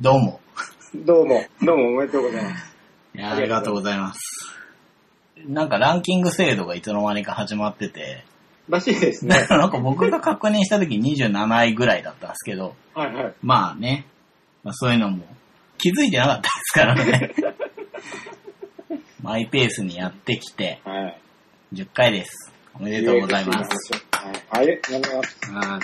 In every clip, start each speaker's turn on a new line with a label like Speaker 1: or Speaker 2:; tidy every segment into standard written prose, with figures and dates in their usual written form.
Speaker 1: どうも。
Speaker 2: どうもおめでとうございます。
Speaker 1: いや、ありがとうございます。なんかランキング制度がいつの間にか始まってて。
Speaker 2: らしいですね。
Speaker 1: なんか僕が確認した時27位ぐらいだったんですけど。
Speaker 2: はいはい。
Speaker 1: まあね。まあ、そういうのも気づいてなかったですからね。マイペースにやってきて。
Speaker 2: はい。
Speaker 1: 10回です。おめでとうございます。
Speaker 2: はい。ありがとうございます。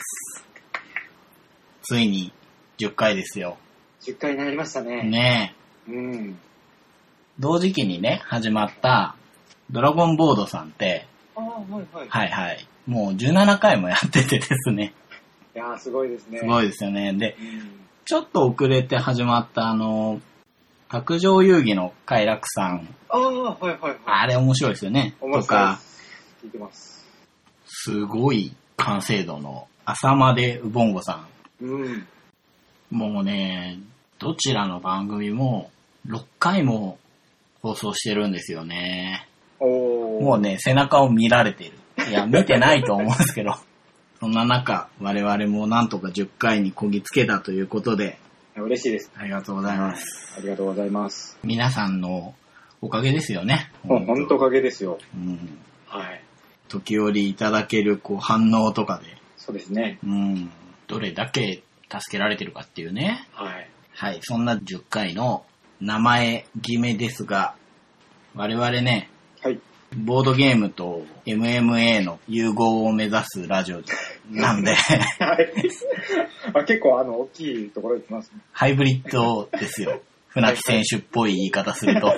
Speaker 1: ついに10回ですよ。
Speaker 2: 10回になりましたね。
Speaker 1: ね
Speaker 2: え。うん。
Speaker 1: 同時期にね、始まったドラゴンボードさんって、はいはい。もう17回もやっててですね。
Speaker 2: いやー、すごいですね。
Speaker 1: すごいですよね。で、ちょっと遅れて始まった卓上遊戯の快楽さん。あれ面白いですよね。とか、
Speaker 2: 聞いてます。
Speaker 1: すごい完成度の朝までウボンゴさん。
Speaker 2: うん。
Speaker 1: もうね、どちらの番組も6回も放送してるんですよね。もうね、背中を見られてる。いや、見てないと思うんですけど。そんな中、我々もなんとか10回にこぎつけたということで。
Speaker 2: 嬉しいです。
Speaker 1: ありがとうございます。
Speaker 2: ありがとうございます。
Speaker 1: 皆さんのおかげですよね。
Speaker 2: ほんとおかげですよ。
Speaker 1: うん。
Speaker 2: はい。
Speaker 1: 時折いただける反応とかで。
Speaker 2: そうですね。
Speaker 1: うん。どれだけ助けられてるかっていうね。
Speaker 2: はい。
Speaker 1: はい。そんな10回の名前決めですが、我々ね、
Speaker 2: はい。
Speaker 1: ボードゲームと MMA の融合を目指すラジオなんで、
Speaker 2: はい。結構大きいところで来ますね。
Speaker 1: ハイブリッドですよ。船木選手っぽい言い方すると。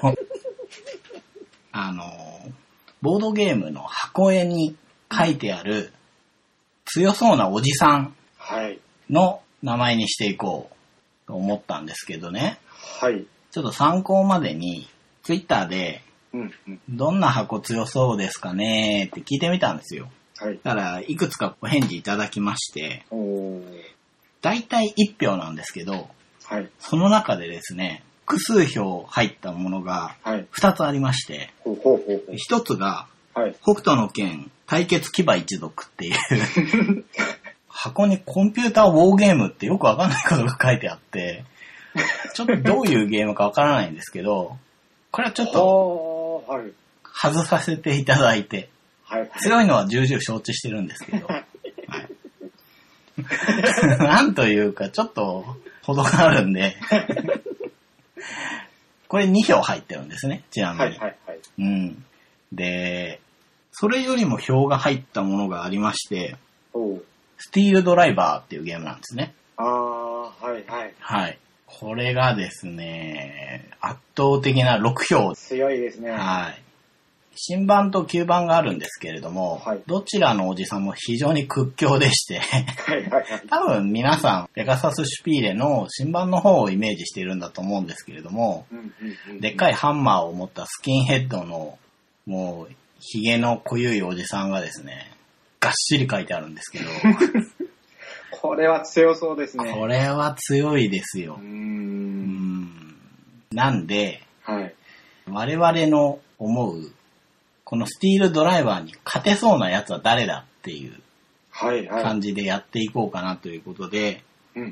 Speaker 1: ボードゲームの箱絵に書いてある強そうなおじさんの名前にしていこうと思ったんですけどね。
Speaker 2: はい。
Speaker 1: ちょっと参考までにツイッターでどんな箱強そうですかねって聞いてみたんですよ。はい。だからいくつかお返事いただきまして、だいたい1票なんですけど、はい。その中でですね、複数票入ったものが2つありまして、1つが、北斗の拳対決騎馬一族っていう箱にコンピューターウォーゲームってよくわかんないことが書いてあって、ちょっとどういうゲームかわからないんですけど、これはちょっと外させていただいて、強いのは重々承知してるんですけど、はい、なんというかちょっと程があるんで、これ2票入ってるんですね、ちなみに。うん。で、それよりも票が入ったものがありまして、スティールドライバーっていうゲームなんですね。はい。これがですね、圧倒的な6票。
Speaker 2: 強いですね。
Speaker 1: はい。新版と旧版があるんですけれども、どちらのおじさんも非常に屈強でして多分皆さんペガサスシュピーレの新版の方をイメージしているんだと思うんですけれども、でっかいハンマーを持ったスキンヘッドのもうヒゲの濃ゆいおじさんがですね、がっしり書いてあるんですけど
Speaker 2: これは強そうですね。
Speaker 1: これは強いですよ。なんで、我々の思うこのスティールドライバーに勝てそうなやつは誰だっていう感じでやっていこうかなということで、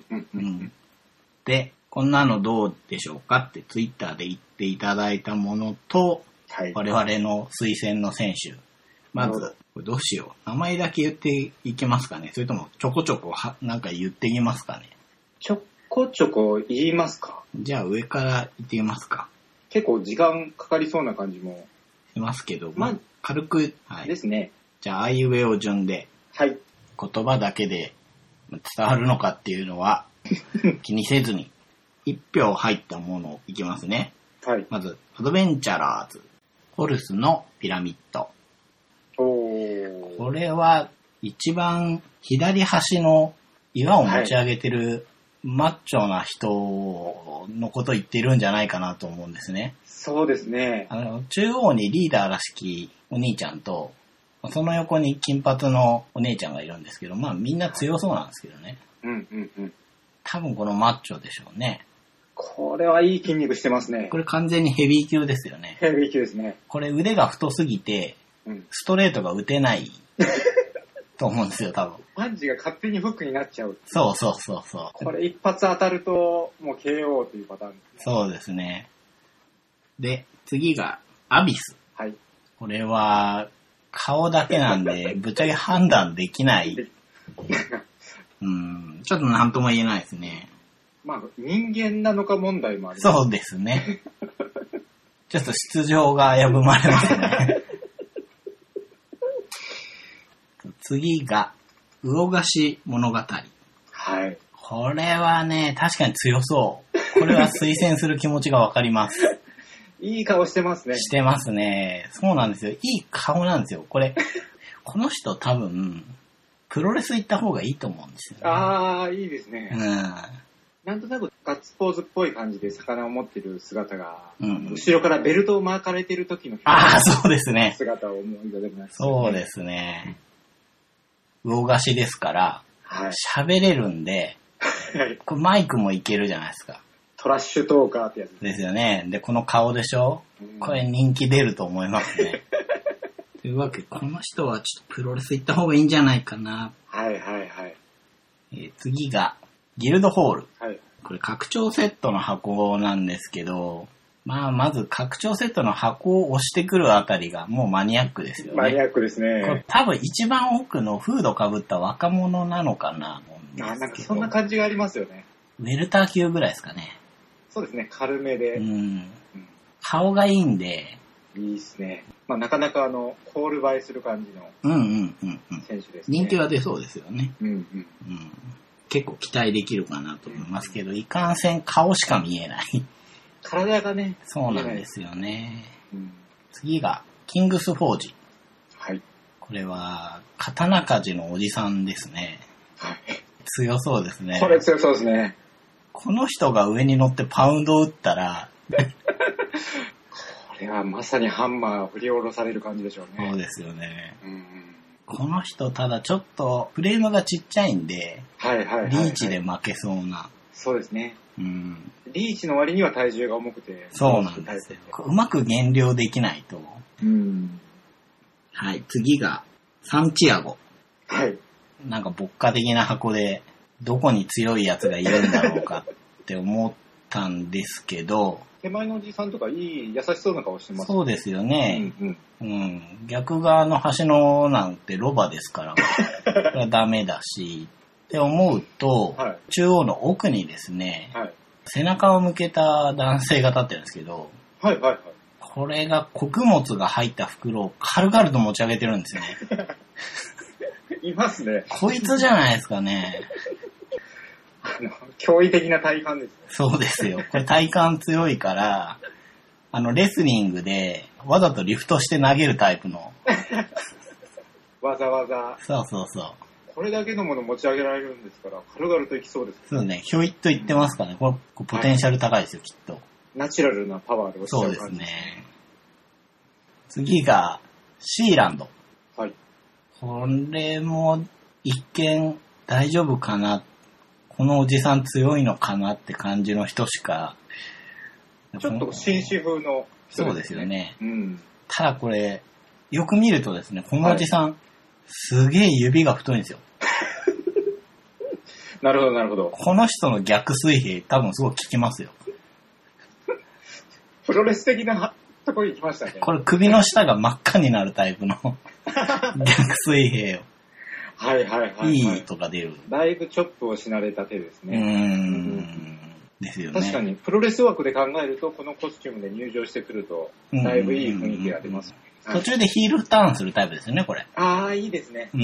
Speaker 1: で、こんなのどうでしょうかってツイッターで言っていただいたものと、我々の推薦の選手。まず、どうしよう。名前だけ言っていきますかね。それともちょこちょこなんか言っていきますかね。
Speaker 2: ちょこちょこ言いますか。
Speaker 1: じゃあ上から言ってみますか。
Speaker 2: 結構時間かかりそうな感じも。
Speaker 1: いますけど、まあ、軽く、
Speaker 2: ですね。
Speaker 1: じゃあ、あいうえお順で、言葉だけで伝わるのかっていうのは気にせずに、1票入ったものをいきますね。まず、アドベンチャラーズ、ホルスのピラミッド。これは、一番左端の岩を持ち上げてるマッチョな人のことを言ってるんじゃないかなと思うんですね。
Speaker 2: そうですね。
Speaker 1: 中央にリーダーらしきお兄ちゃんと、その横に金髪のお姉ちゃんがいるんですけど、まあみんな強そうなんですけどね。多分このマッチョでしょうね。
Speaker 2: これはいい筋肉してますね。
Speaker 1: これ完全にヘビー級ですよね。
Speaker 2: ヘビー級ですね。
Speaker 1: これ腕が太すぎて、ストレートが打てないと思うんですよ、多分。
Speaker 2: パンチが勝手にフックになっちゃう。
Speaker 1: そうそうそうそう。
Speaker 2: これ一発当たると、もう KO というパターンですね。
Speaker 1: そうですね。で、次が、アビス。
Speaker 2: はい。
Speaker 1: これは、顔だけなんで、ぶっちゃけ判断できない。ちょっとなんとも言えないですね。
Speaker 2: まあ、人間なのか問題もある。
Speaker 1: そうですね。ちょっと出場が危ぶまれますね。次が、魚菓子物語。
Speaker 2: はい。
Speaker 1: これはね、確かに強そう。これは推薦する気持ちがわかります。
Speaker 2: いい顔してますね。
Speaker 1: してますね。そうなんですよ。いい顔なんですよ。この人多分、プロレス行った方がいいと思うんですよ、ね。
Speaker 2: ああ、いいですね。なんとなくガッツポーズっぽい感じで魚を持ってる姿が、後ろからベルトを巻かれてる時の
Speaker 1: そうですね。
Speaker 2: 姿を思い出せます、ね。
Speaker 1: そうですね。魚菓子ですから、喋れるんで、これマイクもいけるじゃないですか。
Speaker 2: トラッシュトーカーってやつ
Speaker 1: ですよね。で、この顔でしょ、これ人気出ると思いますね。というわけで、この人はちょっとプロレス行った方がいいんじゃないかな。
Speaker 2: はいはいはい。
Speaker 1: 次が、ギルドホール。
Speaker 2: はい。
Speaker 1: これ拡張セットの箱なんですけど、まず拡張セットの箱を押してくるあたりがもうマニアックですよね。
Speaker 2: マニアックですね。
Speaker 1: これ多分一番奥のフード被った若者なのかな。
Speaker 2: なんかそんな感じがありますよね。
Speaker 1: ウェルター級ぐらいですかね。
Speaker 2: そうですね、軽めで。
Speaker 1: 顔がいいんで。
Speaker 2: いいですね。なかなかコール映えする感じの選手ですね。
Speaker 1: 人気は出そうですよね。結構期待できるかなと思いますけど、いかんせん顔しか見えない。
Speaker 2: 体がね。
Speaker 1: そうなんですよね。次が、キングスフォージ。
Speaker 2: はい。
Speaker 1: これは、刀鍛冶のおじさんですね。
Speaker 2: はい。
Speaker 1: 強そうですね。
Speaker 2: これ強そうですね。
Speaker 1: この人が上に乗ってパウンドを打ったら、
Speaker 2: これはまさにハンマー振り下ろされる感じでしょうね。
Speaker 1: そうですよね。この人、ただちょっとフレームがちっちゃいんで、リーチで負けそうな。
Speaker 2: そうですね。リーチの割には体重が重くて。
Speaker 1: そうなんですよ。うまく減量できないと。はい、次が、サンチアゴ。
Speaker 2: はい。
Speaker 1: なんか牧歌的な箱で、どこに強いやつがいるんだろうかって思ったんですけど、
Speaker 2: 手前のおじさんとかいい優しそうな顔してます。
Speaker 1: そうですよね。逆側の端のなんてロバですから、ダメだし、って思うと、中央の奥にですね、背中を向けた男性が立ってるんですけど、これが穀物が入った袋を軽々と持ち上げてるんですよね。
Speaker 2: いますね。
Speaker 1: こいつじゃないですかね。
Speaker 2: 驚異的な体幹ですね。
Speaker 1: そうですよ。これ体幹強いから、レスリングでわざとリフトして投げるタイプの。
Speaker 2: わざわざ。
Speaker 1: そうそうそう。
Speaker 2: これだけのもの持ち上げられるんですから、軽々といきそうです、ね。
Speaker 1: そうね。ひょいっと言ってますからね。これポテンシャル高いですよ、きっと。
Speaker 2: ナチュラルなパワーで落ちちゃう感じ。
Speaker 1: そうですね。次が、シーランド。
Speaker 2: はい。
Speaker 1: これも一見大丈夫かな。このおじさん強いのかなって感じの人しか。
Speaker 2: ちょっと紳士風の
Speaker 1: 人ですね。そうですよね。ただこれ、よく見るとですね、このおじさん、すげえ指が太いんですよ。
Speaker 2: なるほど、なるほど。
Speaker 1: この人の逆水平、多分すごく効きますよ。
Speaker 2: プロレス的なとこに行きましたね。
Speaker 1: これ首の下が真っ赤になるタイプの逆水平を。いいとか出る。
Speaker 2: だいぶチョップをしなれた手ですね。
Speaker 1: ですよね。
Speaker 2: 確かに、プロレス枠で考えると、このコスチュームで入場してくると、だいぶいい雰囲気が出ます。
Speaker 1: 途中でヒールターンするタイプですよね、これ。
Speaker 2: ああ、いいですね。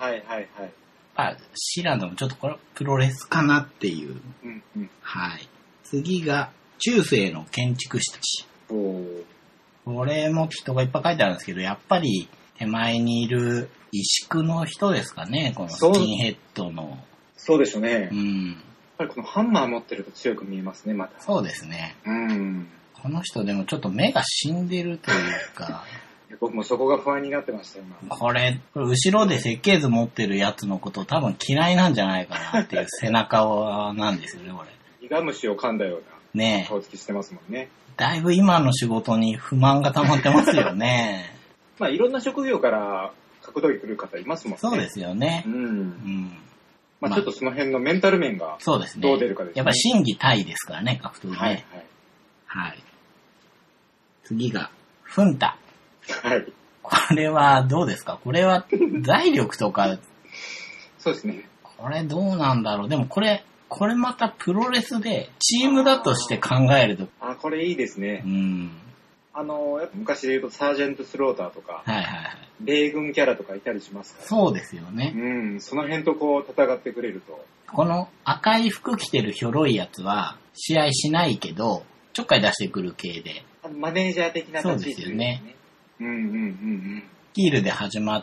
Speaker 1: シーランドもちょっとこれプロレスかなっていう。はい。次が、中世の建築士たち。これも人がいっぱい書いてあるんですけど、やっぱり手前にいる石工の人ですかね、このスキンヘッドの。
Speaker 2: そうでしょうね。やっぱりこのハンマー持ってると強く見えますね、また。
Speaker 1: そうですね。この人でもちょっと目が死んでるというか。
Speaker 2: 僕もそこが不安になってましたよ、
Speaker 1: 今。これ後ろで設計図持ってるやつのこと多分嫌いなんじゃないかなっていう背中なんですよね、これ。
Speaker 2: イガムシを噛んだような顔つきしてますもんね。
Speaker 1: だいぶ今の仕事に不満が溜まってますよね。
Speaker 2: いろんな職業から格闘技来る方いますもんね。
Speaker 1: そうですよね。
Speaker 2: まあちょっとその辺のメンタル面がどう出るかですね。
Speaker 1: やっぱり心技体ですからね、格闘技ね。
Speaker 2: はい。
Speaker 1: はい。次が、フンタ。
Speaker 2: はい。
Speaker 1: これはどうですか？これは財力とか。
Speaker 2: そうですね。
Speaker 1: これどうなんだろう。でもこれまたプロレスでチームだとして考えると。
Speaker 2: これいいですね。やっぱ昔で言うとサージェントスローターとか、米軍キャラとかいたりしますから。
Speaker 1: そうですよね。
Speaker 2: その辺とこう戦ってくれると。
Speaker 1: この赤い服着てるひょろいやつは試合しないけど、ちょっかい出してくる系で。
Speaker 2: マネージャー的な
Speaker 1: 立ち位置ですよね。ヒールで始まって、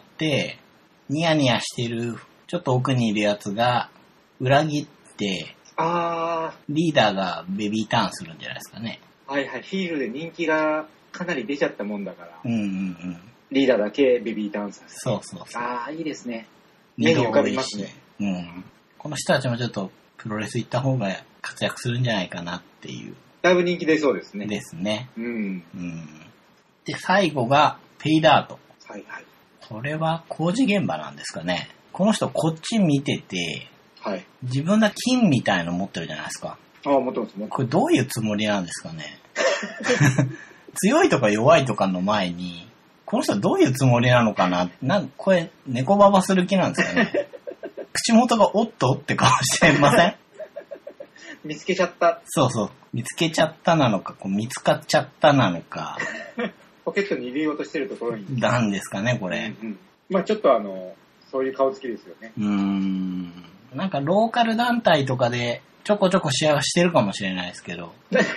Speaker 1: ニヤニヤしてる、ちょっと奥にいるやつが裏切って、リーダーがベビーターンするんじゃないですかね。
Speaker 2: はいはい、ヒールで人気がかなり出ちゃったもんだから。リーダーだけベビーターンさせて。
Speaker 1: そう。
Speaker 2: いいですね。目に浮かびますね。
Speaker 1: この人たちもちょっとプロレス行った方が活躍するんじゃないかなっていう。
Speaker 2: だいぶ人気出そうですね。
Speaker 1: ですね。で、最後がペイダート。
Speaker 2: はいはい。
Speaker 1: これは工事現場なんですかね。この人こっち見てて、自分が金みたいの持ってるじゃないですか。
Speaker 2: 持ってます。
Speaker 1: これどういうつもりなんですかね。強いとか弱いとかの前に、この人はどういうつもりなのかな。これ猫ババする気なんですかね。口元がおっとって顔してません？
Speaker 2: 見つけちゃった。
Speaker 1: そう。見つけちゃったなのか、見つかっちゃったなのか。
Speaker 2: ポケットに入れようとしてるところに。
Speaker 1: なんですかね、これ。
Speaker 2: まあちょっとそういう顔つきですよね。
Speaker 1: なんかローカル団体とかでちょこちょこ試合はしてるかもしれないですけど。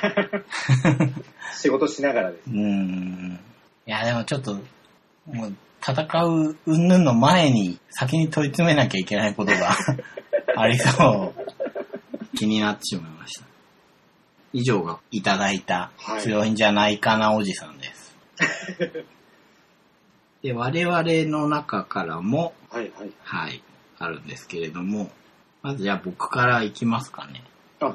Speaker 2: 仕事しながらです。
Speaker 1: いや、でもちょっと、もう戦う云々の前に先に問い詰めなきゃいけないことがありそう。気になってしまいました。以上がいただいた強いんじゃないかなおじさんです。で、我々の中からも、あるんですけれども、まずじゃあ僕からいきますかね。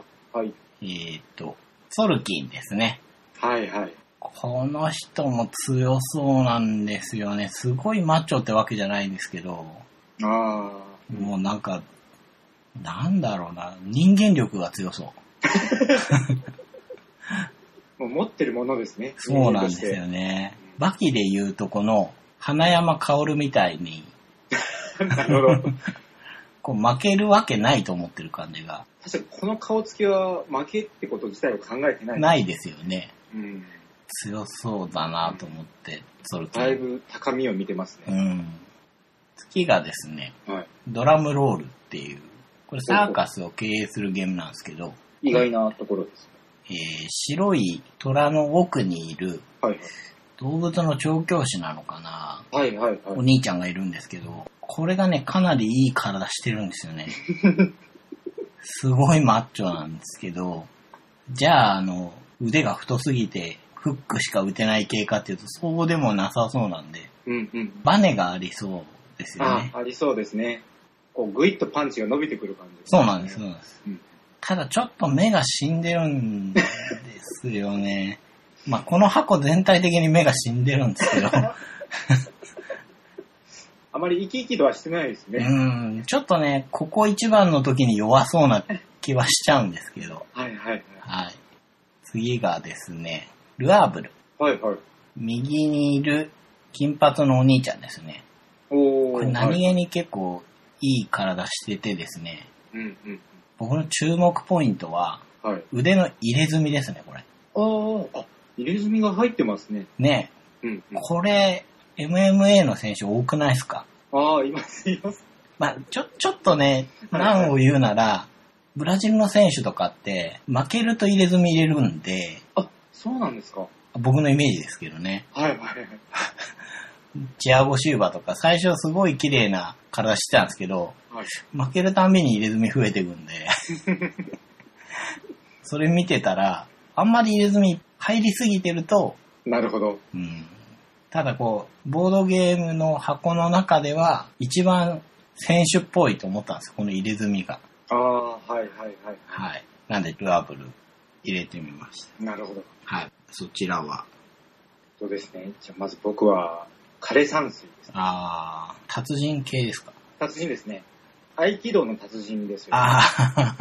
Speaker 1: ソルキンですね。この人も強そうなんですよね。すごいマッチョってわけじゃないんですけど、もうなんか、なんだろうな、人間力が強そう。
Speaker 2: もう持ってるものですね。
Speaker 1: そうなんですよね。バキで言うとこの花山薫みたいに
Speaker 2: なるほど。
Speaker 1: 負けるわけないと思ってる感じが。
Speaker 2: 確かにこの顔つきは負けってこと自体を考えてない。
Speaker 1: ないですよね。強そうだなと思って、
Speaker 2: だいぶ高みを見てますね。
Speaker 1: 次がですね、ドラムロールっていう、これサーカスを経営するゲームなんですけど、
Speaker 2: 意外なところです。
Speaker 1: 白い虎の奥にいる、動物の調教師なのかな、お兄ちゃんがいるんですけど、これがね、かなりいい体してるんですよね。すごいマッチョなんですけど、じゃあ、腕が太すぎて、フックしか打てない系かっていうと、そうでもなさそうなんで、バネがありそうですよね。
Speaker 2: ありそうですね。グイッとパンチが伸びてくる感じですね。
Speaker 1: そうなんです。ただちょっと目が死んでるんですよね。まあ、この箱全体的に目が死んでるんですけど。
Speaker 2: あまり生き生きとはしてないですね。
Speaker 1: ちょっとね、ここ一番の時に弱そうな気はしちゃうんですけど。次がですね、ルアーブル。右にいる金髪のお兄ちゃんですね。これ何気に結構いい体しててですね。僕の注目ポイントは、腕の入れ墨ですね、これ。
Speaker 2: 入れ墨が入ってますね。
Speaker 1: ね。これ、MMA の選手多くないですか？
Speaker 2: います。
Speaker 1: まあ、ちょっとね、難を言うなら、ブラジルの選手とかって、負けると入れ墨入れるんで。
Speaker 2: そうなんですか？
Speaker 1: 僕のイメージですけどね。チアゴシューバとか、最初すごい綺麗な体してたんですけど、負けるたんびに入れ墨増えていくんで、それ見てたら、あんまり入れ墨入りすぎてると、
Speaker 2: なるほど。
Speaker 1: ただボードゲームの箱の中では、一番選手っぽいと思ったんですよ、この入れ墨が。なんで、ルアブル入れてみました。
Speaker 2: なるほど。
Speaker 1: そちらは。
Speaker 2: そうですね。じゃあ、まず僕は、 枯山水です、ね。
Speaker 1: ああ、達人系ですか？
Speaker 2: 達人ですね。合気道の達人ですよ、ね。
Speaker 1: ああ。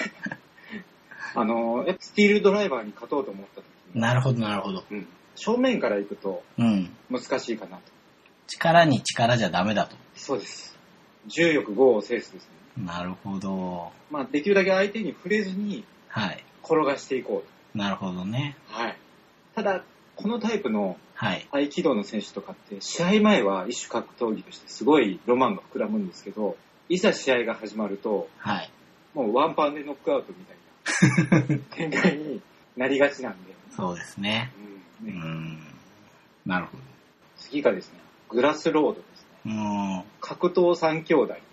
Speaker 2: スティールドライバーに勝とうと思った時に。
Speaker 1: なるほど、なるほど。
Speaker 2: うん。正面から行くと、難しいかなと、
Speaker 1: 力に力じゃダメだと。
Speaker 2: そうです。重力5を制すです
Speaker 1: ね。なるほど。
Speaker 2: まあ、できるだけ相手に触れずに、
Speaker 1: はい。
Speaker 2: 転がしていこう
Speaker 1: と。なるほどね。
Speaker 2: はい。ただ、このタイプの合気道の選手とかって、試合前は一種格闘技としてすごいロマンが膨らむんですけど、いざ試合が始まると、はい。もうワンパンでノックアウトみたいな展開になりがちなんで。
Speaker 1: そうですね。なるほど。
Speaker 2: 次がですね、グラスロードですね。格闘三兄弟です。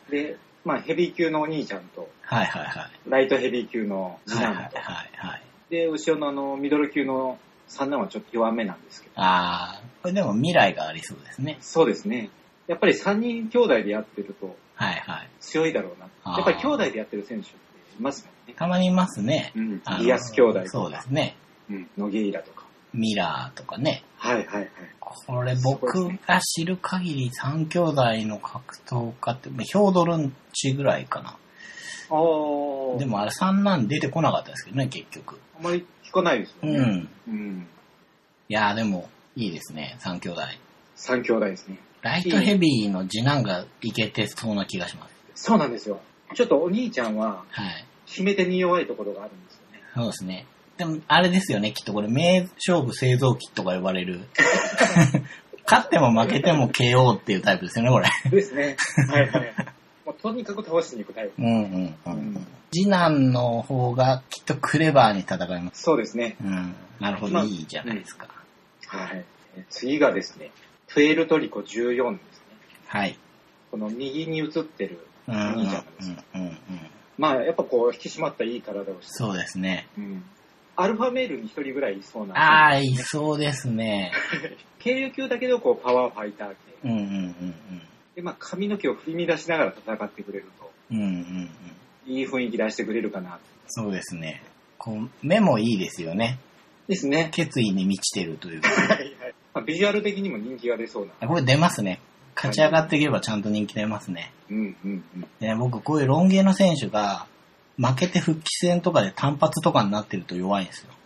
Speaker 2: で、まあヘビー級のお兄ちゃんと、はいはいはい。ライトヘビー級の次男と、はいはいはい。で、後ろのミドル級の三男はちょっと弱めなんですけど。
Speaker 1: ああ、これでも未来がありそうですね。
Speaker 2: そうですね。やっぱり3人兄弟でやってると、はいはい。強いだろうな。やっぱり兄弟でやってる選手っていますもんね。
Speaker 1: たまにいますね。
Speaker 2: うん。リアス兄弟とか。
Speaker 1: そうですね。
Speaker 2: うん。ノゲイラとか。
Speaker 1: ミラーとかね。
Speaker 2: はいはいはい。
Speaker 1: これ僕が知る限り3兄弟の格闘家って、ヒョードルンチぐらいかな。ああ。でもあれ3男出てこなかったですけどね、結局。
Speaker 2: あまり聞かないですよね。
Speaker 1: うん。いやーでも、いいですね、3兄弟。
Speaker 2: 3兄弟ですね。
Speaker 1: ライトヘビーの次男がいけてそうな気がします。
Speaker 2: そうなんですよ。ちょっとお兄ちゃんは、はい。決め手に弱いところがあるんですよね。
Speaker 1: そうですね。でも、あれですよね、きっとこれ、名勝負製造機とか呼ばれる。勝っても負けても KO っていうタイプですよね、これ。
Speaker 2: ですね。はいはい。もうとにかく倒しに行くタイプ。
Speaker 1: 次男の方がきっとクレバーに戦います。
Speaker 2: そうですね。
Speaker 1: なるほど、いいじゃないですか。
Speaker 2: はい。次がですね、プエルトリコ14ですね。
Speaker 1: はい。
Speaker 2: この右に映ってるお兄ちゃんです。まあ、やっぱこう、引き締まったいい体をして。
Speaker 1: そうですね。
Speaker 2: アルファメールに一人ぐらいいそうな。
Speaker 1: ああ、いそうですね。
Speaker 2: 軽量級だけど、こう、パワーファイター系。で、まあ、髪の毛を振り乱しながら戦ってくれると。いい雰囲気出してくれるかな。
Speaker 1: そうですね。こう、目もいいですよね。
Speaker 2: ですね。
Speaker 1: 決意に満ちてるというか。
Speaker 2: はいはい。まあ、ビジュアル的にも人気が出そうな。
Speaker 1: これ出ますね。勝ち上がっていけばちゃんと人気出ますね。で、僕、こういうロン毛の選手が、負けて復帰戦とかで単発とかになってると弱いんですよ。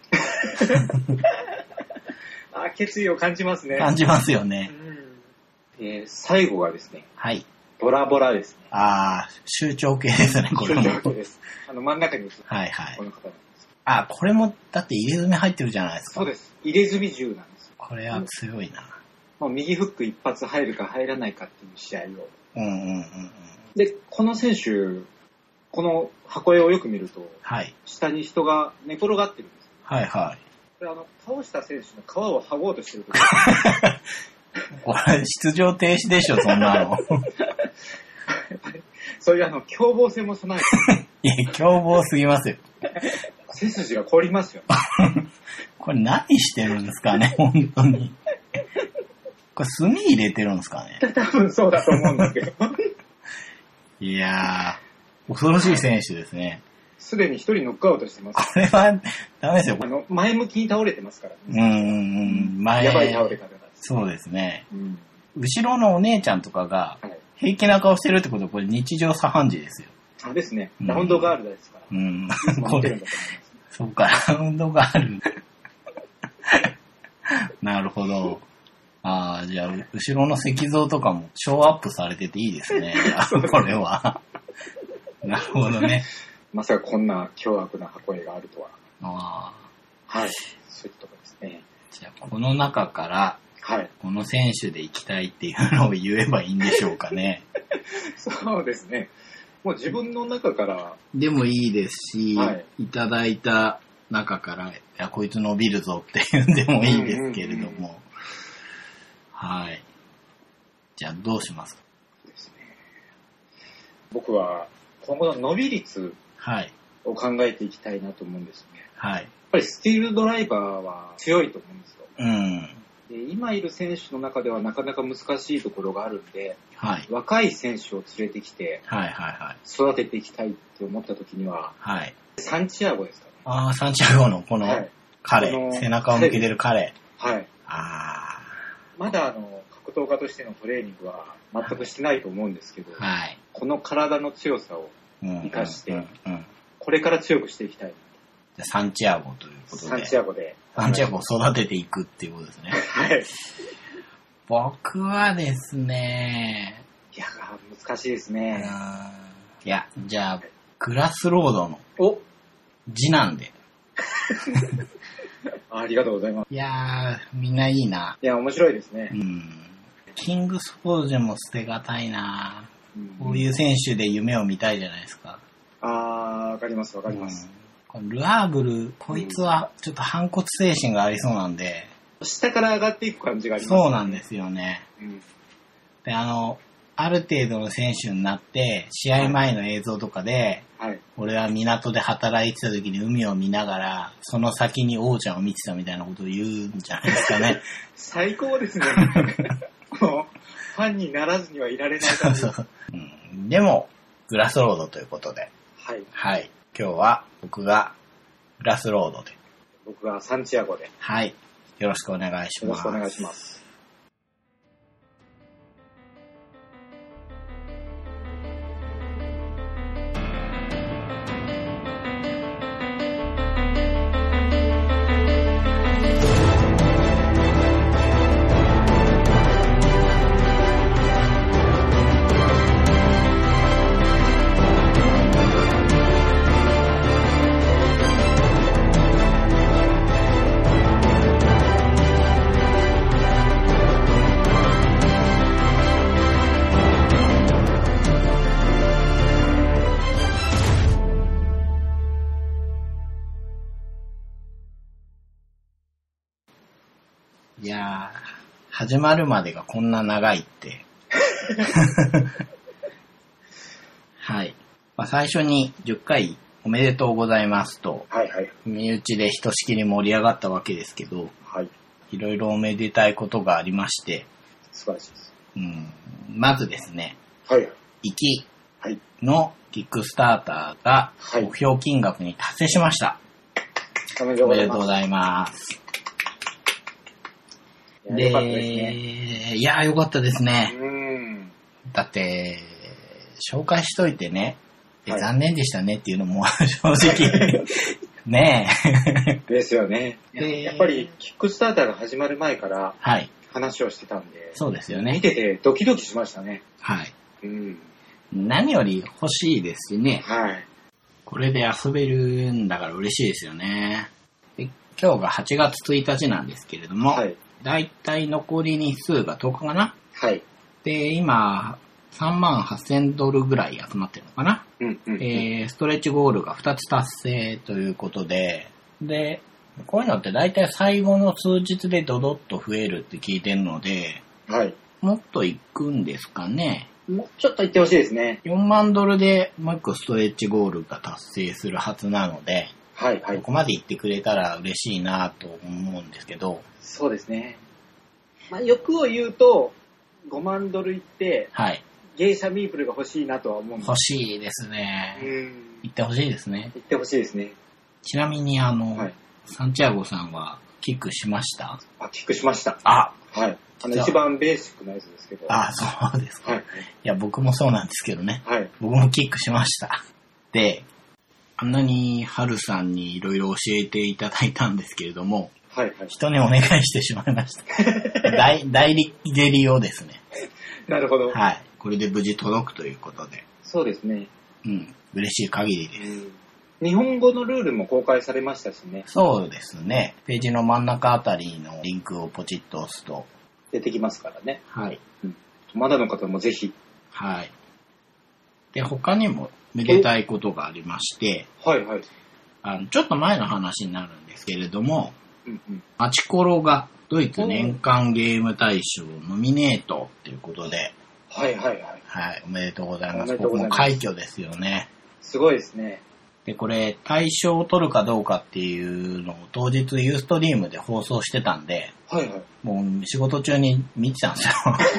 Speaker 2: あ、決意を感じますね。
Speaker 1: 感じますよね。
Speaker 2: 最後がですね。
Speaker 1: はい。
Speaker 2: ボラボラですね。
Speaker 1: ああ、周長系ですね、これも。
Speaker 2: 周長系です。真ん中に映ってる。
Speaker 1: はいはい。
Speaker 2: この方なんです。
Speaker 1: あ、これも、だって入れ墨入ってるじゃないですか。
Speaker 2: そうです。入れ墨10なんです。
Speaker 1: これは強いな。
Speaker 2: もう右フック一発入るか入らないかっていう試合を。で、この選手、この箱絵をよく見ると、はい、下に人が寝転がってるんです。
Speaker 1: はいはい。
Speaker 2: これ倒した選手の皮を剥ごうとしてると
Speaker 1: これ出場停止でしょ、そんなの。
Speaker 2: そういう凶暴性も備えて。
Speaker 1: いや、凶暴すぎますよ。
Speaker 2: 背筋が凍りますよ。
Speaker 1: これ何してるんですかね、本当に。これ炭入れてるんですかね。
Speaker 2: 多分そうだと思うんですけど。
Speaker 1: いやー、恐ろしい選手ですね。
Speaker 2: すでに一人ノックアウトしてます。
Speaker 1: これはダメですよ。
Speaker 2: 前向きに倒れてますからね。やばい倒れ方だ。
Speaker 1: そうですね。後ろのお姉ちゃんとかが平気な顔してるってことはこれ日常茶飯事ですよ。
Speaker 2: あ、ですね。ラウンドガールですから。
Speaker 1: これそうか、ラウンドガール。なるほど。ああ、じゃあ、後ろの石像とかもショーアップされてていいですね。これは。なるほどね。
Speaker 2: まさかこんな凶悪な箱絵があるとは。
Speaker 1: あ
Speaker 2: あ。はい。そういうとこですね。
Speaker 1: じゃあ、この中から、はい。この選手で行きたいっていうのを言えばいいんでしょうかね。
Speaker 2: そうですね。もう自分の中から。
Speaker 1: でもいいですし、はい、いただいた中から、いや、こいつ伸びるぞっていうんでもいいですけれども。はい。じゃあどうしますか？ですね。
Speaker 2: 僕は今後の伸び率を考えていきたいなと思うんですね。はい。やっぱりスティールドライバーは強いと思うんですよ。で今いる選手の中ではなかなか難しいところがあるんで、はい、若い選手を連れてきて、育てていきたいって思った時には、はい、サンチアゴですかね。
Speaker 1: ああ、サンチアゴのこの彼、背中を向けてる彼。
Speaker 2: はい。
Speaker 1: あ
Speaker 2: まだ格闘家としてのトレーニングは全くしてないと思うんですけど、はい、この体の強さを生かして、これから強くしていきたい。
Speaker 1: サンチアゴということで。
Speaker 2: サンチアゴで。
Speaker 1: サンチアゴを育てていくっていうことですね。はい。僕はですね。
Speaker 2: いや、難しいですね。
Speaker 1: いや、じゃあ、グラスロードの次男で。
Speaker 2: ありがとうございます。
Speaker 1: いやー、みんないいな。
Speaker 2: いや、面白いですね。
Speaker 1: キングスポージェも捨てがたいな。こういう選手で夢を見たいじゃないですか。
Speaker 2: わかります、わかります。
Speaker 1: このルアーブル、こいつはちょっと反骨精神がありそうなんで。
Speaker 2: 下から上がっていく感じがありますね。
Speaker 1: そうなんですよね。で、ある程度の選手になって、試合前の映像とかで、俺は港で働いてた時に海を見ながら、その先に王ちゃんを見てたみたいなことを言うんじゃないですかね。
Speaker 2: 最高ですね。ファンにならずにはいられない感じ。
Speaker 1: でも、グラスロードということで。はい。今日は僕がグラスロードで。
Speaker 2: 僕がサンチアゴで。
Speaker 1: はい。よろしくお願いします。
Speaker 2: よろしくお願いします。
Speaker 1: いやー、始まるまでがこんな長いって。はい。最初に10回おめでとうございますと、身内でひとしきり盛り上がったわけですけど、いろいろおめでたいことがありまして、
Speaker 2: 素晴らしいです。
Speaker 1: まずですね、行きのキックスターターが目標金額に達成しました。
Speaker 2: おめでとうご
Speaker 1: ざいます。で、いやーよかったですね。だって、紹介しといてね、残念でしたねっていうのも正直、ね
Speaker 2: え。ですよね。やっぱり、キックスターターが始まる前から、話をしてたんで、
Speaker 1: そうですよね。
Speaker 2: 見ててドキドキしましたね。
Speaker 1: はい。何より欲しいですしね。これで遊べるんだから嬉しいですよね。で今日が8月1日なんですけれども、だいたい残り日数が10日かな。で、今、$38,000ぐらい集まってるのかな。ストレッチゴールが2つ達成ということで、で、こういうのってだいたい最後の数日でドドッと増えるって聞いてるので、もっといくんですかね。
Speaker 2: もうちょっといってほしいですね。
Speaker 1: $40,000でもう一個ストレッチゴールが達成するはずなので、ここまで言ってくれたら嬉しいなと思うんですけど。
Speaker 2: そうですね。欲を言うと、$50,000いって、芸者ミープルが欲しいなとは思うんです。
Speaker 1: 欲しいですね。言ってほしいですね。
Speaker 2: 言ってほしいですね。
Speaker 1: ちなみにサンチアゴさんはキックしました？
Speaker 2: キックしました。一番ベーシックなやつですけど。
Speaker 1: そうですか。いや、僕もそうなんですけどね。僕もキックしました。で、あんなにハルさんにいろいろ教えていただいたんですけれども、人にお願いしてしまいました。代理で利用ですね。
Speaker 2: なるほど。
Speaker 1: これで無事届くということで。
Speaker 2: そうですね。
Speaker 1: 嬉しい限りです。
Speaker 2: 日本語のルールも公開されましたしね。
Speaker 1: そうですね。ページの真ん中あたりのリンクをポチッと押すと
Speaker 2: 出てきますからね。まだの方もぜひ。
Speaker 1: で、他にもめでたいことがありまして、ちょっと前の話になるんですけれども、マチコロがドイツ年間ゲーム大賞ノミネートということで、おめでとうございます。僕も快挙ですよね。
Speaker 2: すごいですね。
Speaker 1: で、これ、大賞を取るかどうかっていうのを当日ユーストリームで放送してたんで、もう仕事中に見てたんですよ。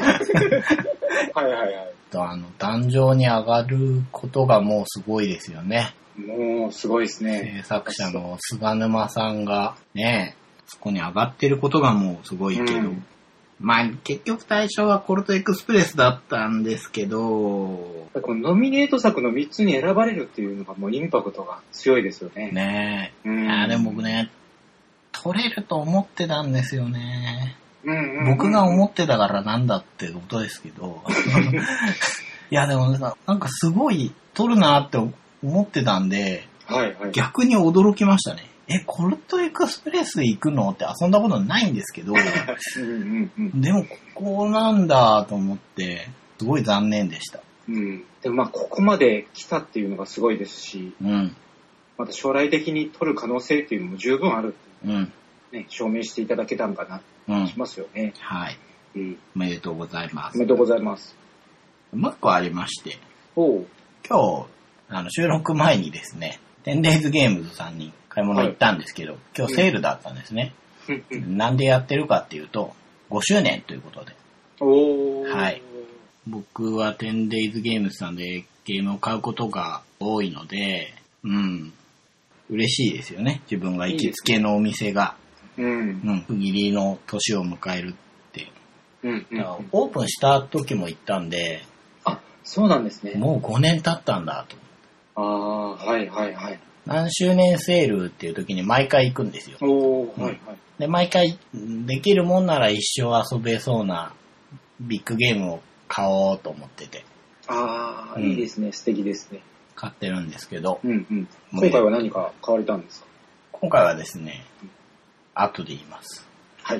Speaker 1: 壇上に上がることがもうすごいですよね。
Speaker 2: もうすごいですね。
Speaker 1: 制作者の菅沼さんがね、そこに上がってることがもうすごいけど、 まあ結局対象はコルトエクスプレスだったんですけど、
Speaker 2: このノミネート作の3つに選ばれるっていうのがもうインパクトが強いですよね。
Speaker 1: ねえ。いやでも僕ね、取れると思ってたんですよね。僕が思ってたからなんだってことですけど。いやでもなんかすごい取るなって思ってたんで、はいはい、逆に驚きましたね。コルトエクスプレス行くのって遊んだことないんですけど、でもここなんだと思って、すごい残念でした。
Speaker 2: でもまあここまで来たっていうのがすごいですし、また将来的に取る可能性っていうのも十分あるっていう、ね、証明していただけたんかなしますよね。
Speaker 1: はい、おめでとうございます。
Speaker 2: おめでとうございます。
Speaker 1: もう一個ありまして、今日収録前にですね、10days ゲームズさんに買い物行ったんですけど、今日セールだったんですね。なんでやってるかっていうと、5周年ということで。はい。僕は 10days ゲームズさんでゲームを買うことが多いので、嬉しいですよね。自分が行きつけのお店が、区切りの年を迎えるって。オープンした時も行ったんで、
Speaker 2: そうなんですね。
Speaker 1: もう5年経ったんだと。
Speaker 2: はいはいはい。
Speaker 1: 何周年セールっていう時に毎回行くんですよ。はいはい。で、毎回できるもんなら一生遊べそうなビッグゲームを買おうと思ってて。
Speaker 2: いいですね。素敵ですね。
Speaker 1: 買ってるんですけど。
Speaker 2: 今回は何か買われたんですか？
Speaker 1: 今回はですね、後で言います。はい。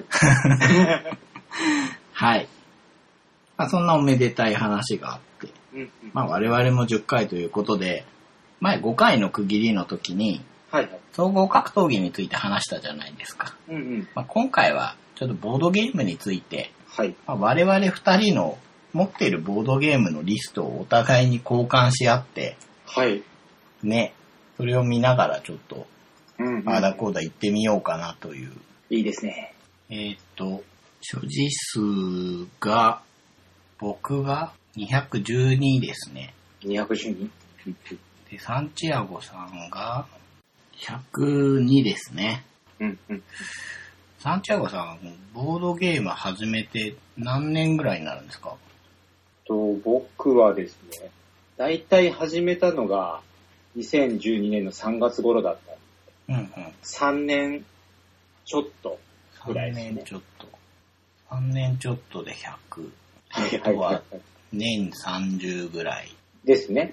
Speaker 1: はい。そんなおめでたい話があって、我々も10回ということで、前5回の区切りの時に、総合格闘技について話したじゃないですか。今回はちょっとボードゲームについて、我々2人の持っているボードゲームのリストをお互いに交換し合って、ね、それを見ながらちょっと、ああだこうだ言ってみようかなという。
Speaker 2: いいですね。
Speaker 1: 所持数が、僕が212ですね。
Speaker 2: 212？
Speaker 1: で、サンチアゴさんが102ですね。サンチアゴさん、ボードゲーム始めて何年ぐらいになるんですか？
Speaker 2: 僕はですね、だいたい始めたのが2012年の3月頃だったんで、3年ちょっとぐらいですね。
Speaker 1: 3年ちょっとで100。あとは年30ぐらい。
Speaker 2: ですね。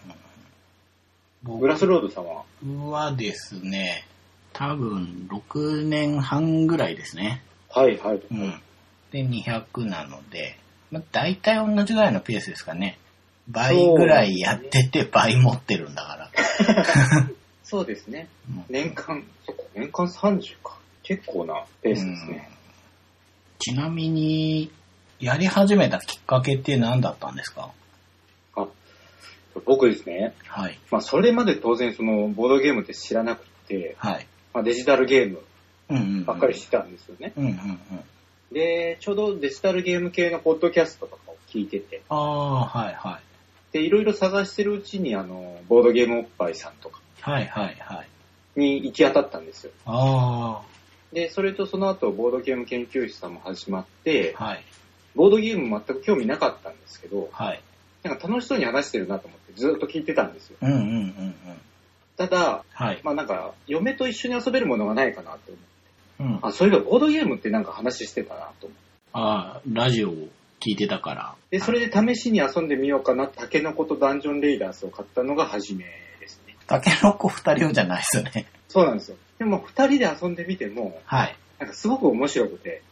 Speaker 2: グラスロード様
Speaker 1: はですね、多分6年半ぐらいですね。
Speaker 2: はい。
Speaker 1: で、200なので、大体同じぐらいのペースですかね。倍ぐらいやってて倍持ってるんだから。
Speaker 2: そうですね。年間30か。結構なペースですね。
Speaker 1: ちなみに、やり始めたきっかけって何だったんですか？
Speaker 2: 僕ですね。それまで当然そのボードゲームって知らなくて、デジタルゲームばっかりしてたんですよね。で、ちょうどデジタルゲーム系のポッドキャストとかを聞いてて、で、いろいろ探してるうちにボードゲームおっぱいさんとかに行き当たったんですよ。で、それとその後ボードゲーム研究室さんも始まって、ボードゲーム全く興味なかったんですけど、なんか楽しそうに話してるなと思ってずっと聞いてたんですよ。ただ、なんか嫁と一緒に遊べるものがないかなと思って、そういえばボードゲームってなんか話してたなと思って。
Speaker 1: ラジオを聞いてたから。
Speaker 2: で、それで試しに遊んでみようかな、タケノコとダンジョンレイダースを買ったのが初めですね。
Speaker 1: タケノコ2人じゃないですよね。
Speaker 2: そうなんですよ。でも2人で遊んでみても、なんかすごく面白くて。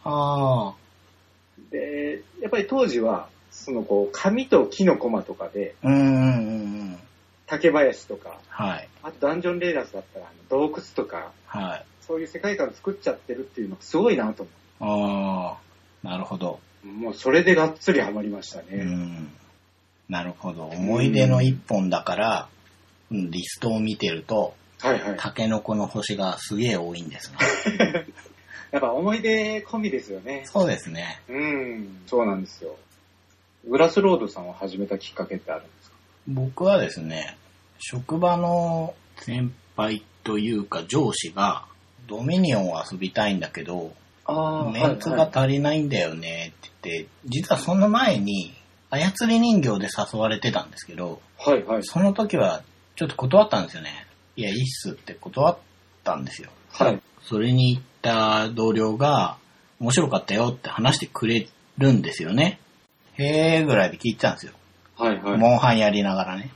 Speaker 2: で、やっぱり当時は、紙と木のコマとかで、竹林とか、あとダンジョンレイダースだったら洞窟とか、そういう世界観を作っちゃってるっていうのがすごいなと思
Speaker 1: う。なるほど。
Speaker 2: もうそれでがっつりハマりましたね。
Speaker 1: なるほど。思い出の一本だから、リストを見てると、タケノコの星がすげえ多いんです
Speaker 2: ね。やっぱ思い出込みですよね。
Speaker 1: そうですね。
Speaker 2: そうなんですよ。グラスロードさんを始めたきっかけってあるんですか？
Speaker 1: 僕はですね、職場の先輩というか上司がドミニオンを遊びたいんだけど、 メンツが足りないんだよねって言って、実はその前に操り人形で誘われてたんですけど、
Speaker 2: はいはい、
Speaker 1: その時はちょっと断ったんですよね。いや、いいっすって断ったんですよ。
Speaker 2: はい。
Speaker 1: それに行った同僚が面白かったよって話してくれるんですよね。へーぐらいで聞いてたんですよ。
Speaker 2: はいはい。
Speaker 1: モンハンやりながらね。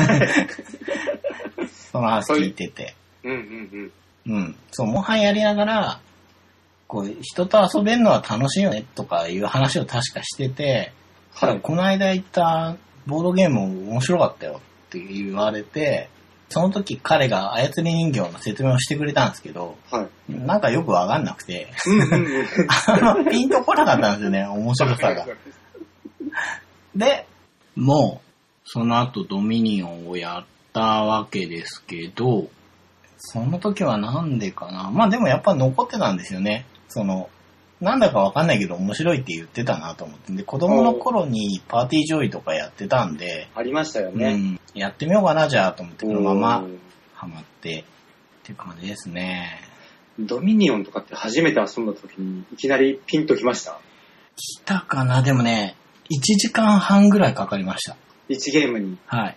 Speaker 1: その話聞いてて。そう、モンハンやりながら、こう、人と遊べるのは楽しいよねとかいう話を確かしてて、はい、この間行ったボードゲーム面白かったよって言われて、その時彼が操り人形の説明をしてくれたんですけど、
Speaker 2: はい、
Speaker 1: なんかよくわかんなくて、ピンとこなかったんですよね、面白さが。で、もう、その後ドミニオンをやったわけですけど、その時はなんでかな。まあでもやっぱ残ってたんですよね。なんだかわかんないけど面白いって言ってたなと思って。で、子供の頃にパーティージョイとかやってたんで。
Speaker 2: ありましたよね。
Speaker 1: やってみようかな、じゃあと思って、このままハマってっていう感じですね。
Speaker 2: ドミニオンとかって初めて遊んだ時にいきなりピンときました？
Speaker 1: 来たかな。でもね、1時間半ぐらいかかりました。
Speaker 2: 1ゲームに。
Speaker 1: はい。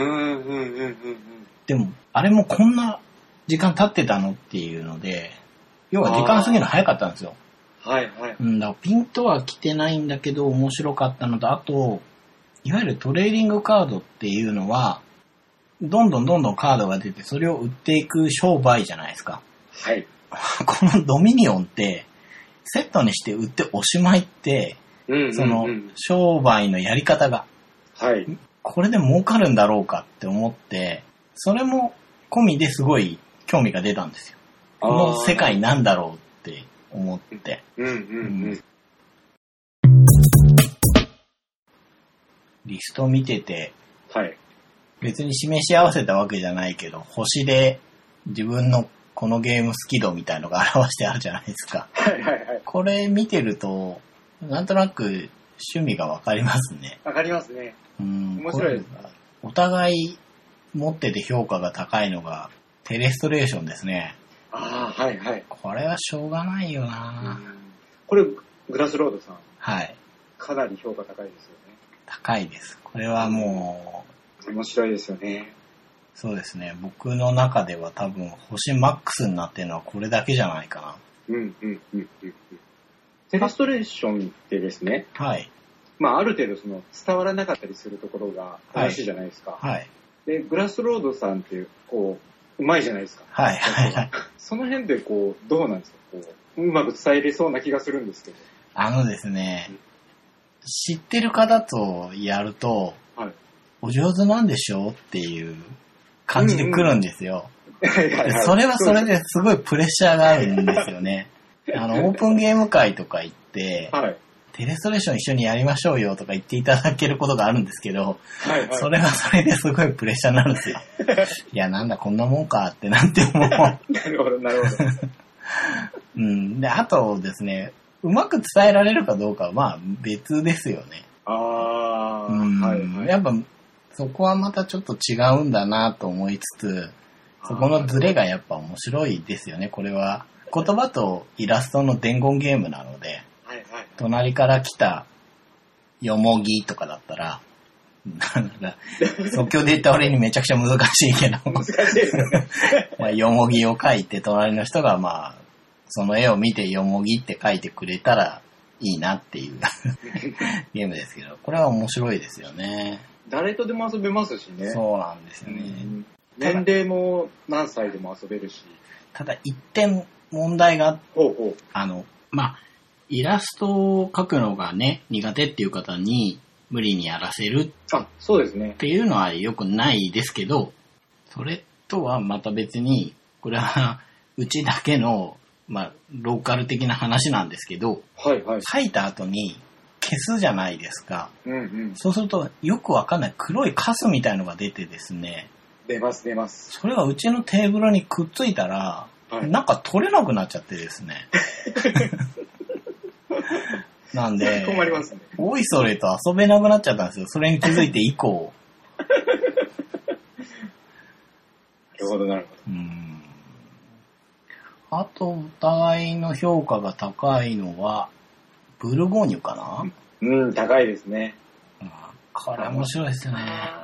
Speaker 1: でも、あれもこんな時間経ってたのっていうので、要は時間過ぎるの早かったんですよ。
Speaker 2: はいはい。
Speaker 1: だからピンとは来てないんだけど面白かったのと、あと、いわゆるトレーディングカードっていうのは、どんどんカードが出て、それを売っていく商売じゃないですか。
Speaker 2: はい。
Speaker 1: このドミニオンって、セットにして売っておしまいって、その商売のやり方が、
Speaker 2: はい。
Speaker 1: これで儲かるんだろうかって思って、それも込みですごい興味が出たんですよ。この世界なんだろうって思って。リスト見てて、
Speaker 2: はい。
Speaker 1: 別に示し合わせたわけじゃないけど、星で自分のこのゲーム好き度みたいのが表してあるじゃないですか。
Speaker 2: はいはいはい。
Speaker 1: これ見てると、なんとなく趣味がわかりますね。
Speaker 2: わかりますね。面白いですか？
Speaker 1: お互い持ってて評価が高いのがテレストレーションですね。
Speaker 2: ああ、はいはい。
Speaker 1: これはしょうがないよな。
Speaker 2: これ、グラスロードさん。
Speaker 1: はい。
Speaker 2: かなり評価高いですよね。
Speaker 1: 高いです。これはも
Speaker 2: う。面白いですよね。
Speaker 1: そうですね。僕の中では多分星マックスになってるのはこれだけじゃないか
Speaker 2: な。テレストレーションってですね。
Speaker 1: はい。
Speaker 2: まあ、ある程度伝わらなかったりするところが楽しいじゃないですか。
Speaker 1: はい。
Speaker 2: で、グラスロードさんってうまいじゃないですか。
Speaker 1: はいはいはい。
Speaker 2: その辺でどうなんですか？うまく伝えれそうな気がするんですけど。
Speaker 1: ですね、知ってる方とやると、
Speaker 2: はい、
Speaker 1: お上手なんでしょっていう感じで来るんですよ。それはそれですごいプレッシャーがあるんですよね。オープンゲーム会とか行って、
Speaker 2: はい、
Speaker 1: テレストレーション一緒にやりましょうよとか言っていただけることがあるんですけど、
Speaker 2: はいはい、
Speaker 1: それはそれですごいプレッシャーになるんですよ。いや、なんだこんなもんかってなっても。な
Speaker 2: るほど、なるほど。
Speaker 1: で、あとですね、うまく伝えられるかどうかはまあ別ですよね。
Speaker 2: はいはい、
Speaker 1: やっぱそこはまたちょっと違うんだなと思いつつ、そこのズレがやっぱ面白いですよね。これは言葉とイラストの伝言ゲームなので、
Speaker 2: はいはい、
Speaker 1: 隣から来たよもぎとかだったら、即興で言った俺にめちゃくちゃ難しいけど、
Speaker 2: 難しいですよね。
Speaker 1: まあ、よもぎを描いて、隣の人がまあ、その絵を見てよもぎって描いてくれたらいいなっていうゲームですけど、これは面白いですよね。
Speaker 2: 誰とでも遊べますしね。
Speaker 1: そうなんですよね。
Speaker 2: 年齢も何歳でも遊べるし。
Speaker 1: ただ一点問題が、まあ、イラストを描くのがね、苦手っていう方に無理にやらせる。
Speaker 2: そうですね。
Speaker 1: っていうのは良くないですけど、それとはまた別に、これはうちだけの、まあ、ローカル的な話なんですけど、
Speaker 2: はいはい、
Speaker 1: 書いた後に消すじゃないですか。
Speaker 2: うん
Speaker 1: そうするとよくわかんない黒いカスみたいのが出てですね。
Speaker 2: 出ます。
Speaker 1: それがうちのテーブルにくっついたら、なんか取れなくなっちゃってですね。なんで、
Speaker 2: 困りますね。
Speaker 1: おいそれと遊べなくなっちゃったんですよ。それに気づいて以降。
Speaker 2: なるほど。
Speaker 1: あと、お互いの評価が高いのは、ブルゴーニュかな？
Speaker 2: うん、高いですね。
Speaker 1: これ面白いですよね。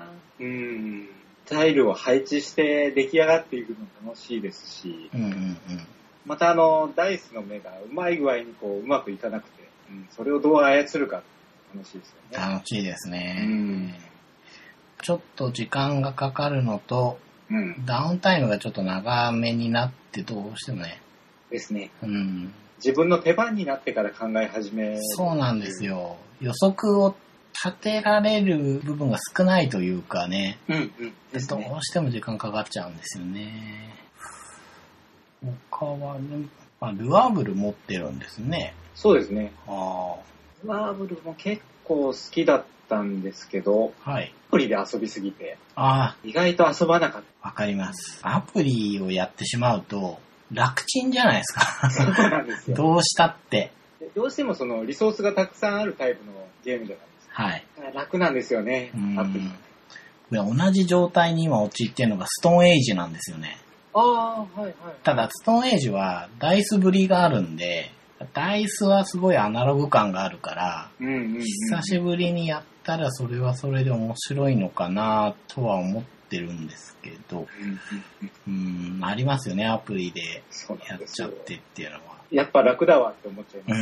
Speaker 2: タイルを配置して出来上がっていくの楽しいですし、またダイスの目がうまい具合にうまくいかなくて、それをどう操るか楽しいですよね。
Speaker 1: 楽しいですね。ちょっと時間がかかるのと、ダウンタイムがちょっと長めになってどうしてもね。
Speaker 2: ですね。自分の手番になってから考え始める。
Speaker 1: そうなんですよ。予測を立てられる部分が少ないというかね。どうしても時間かかっちゃうんですよね。他はね、ルアーブル持ってるんですね。
Speaker 2: そうですね。ルアーブルも結構好きだったんですけど、アプリで遊びすぎて、意外と遊ばなかった。
Speaker 1: わかります。アプリをやってしまうと、楽ちんじゃないですか。
Speaker 2: そうなんですよ。
Speaker 1: どうしたって。
Speaker 2: どうしてもリソースがたくさんあるタイプのゲームじゃないですか。楽なんですよね、アプリ。
Speaker 1: 同じ状態に今陥ってるのがストーンエイジなんですよね。ただ、ストーンエイジはダイス振りがあるんで、ダイスはすごいアナログ感があるから、久しぶりにやったらそれはそれで面白いのかなとは思ってるんですけど、ありますよね、アプリでやっちゃってっていうのは。
Speaker 2: やっぱ楽だわって思っちゃいます。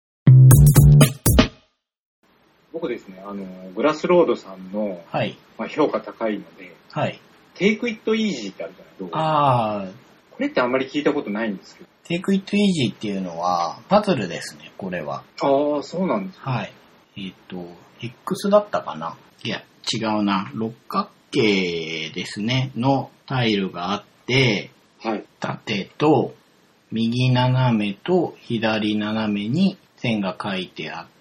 Speaker 2: 僕ですね、グラスロードさんの、評価高いので、Take It Easy ってあるじゃないですか。これってあんまり聞いたことないんですけど。
Speaker 1: Take It Easy っていうのは、パズルですね、これは。
Speaker 2: そうなんですか。
Speaker 1: X だったかな？いや、違うな。六角形ですね、のタイルがあって、縦と、右斜めと左斜めに線が書いてあって、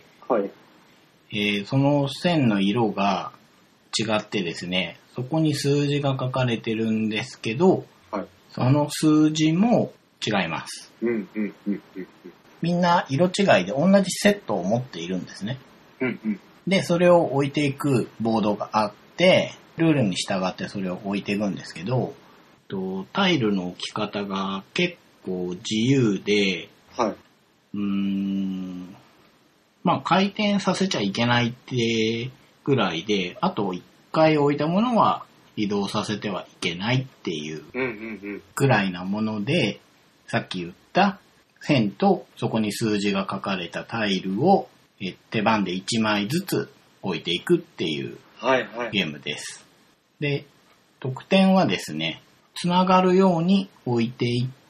Speaker 1: その線の色が違ってですね、そこに数字が書かれてるんですけど、その数字も違います。みんな色違いで同じセットを持っているんですね。で、それを置いていくボードがあって、ルールに従ってそれを置いていくんですけど、タイルの置き方が結構自由で、回転させちゃいけないってぐらいで、あと1回置いたものは移動させてはいけないっていうぐらいなもので、さっき言った線とそこに数字が書かれたタイルを手番で1枚ずつ置いていくっていうゲームです。で、得点はですね、つながるように置いていって、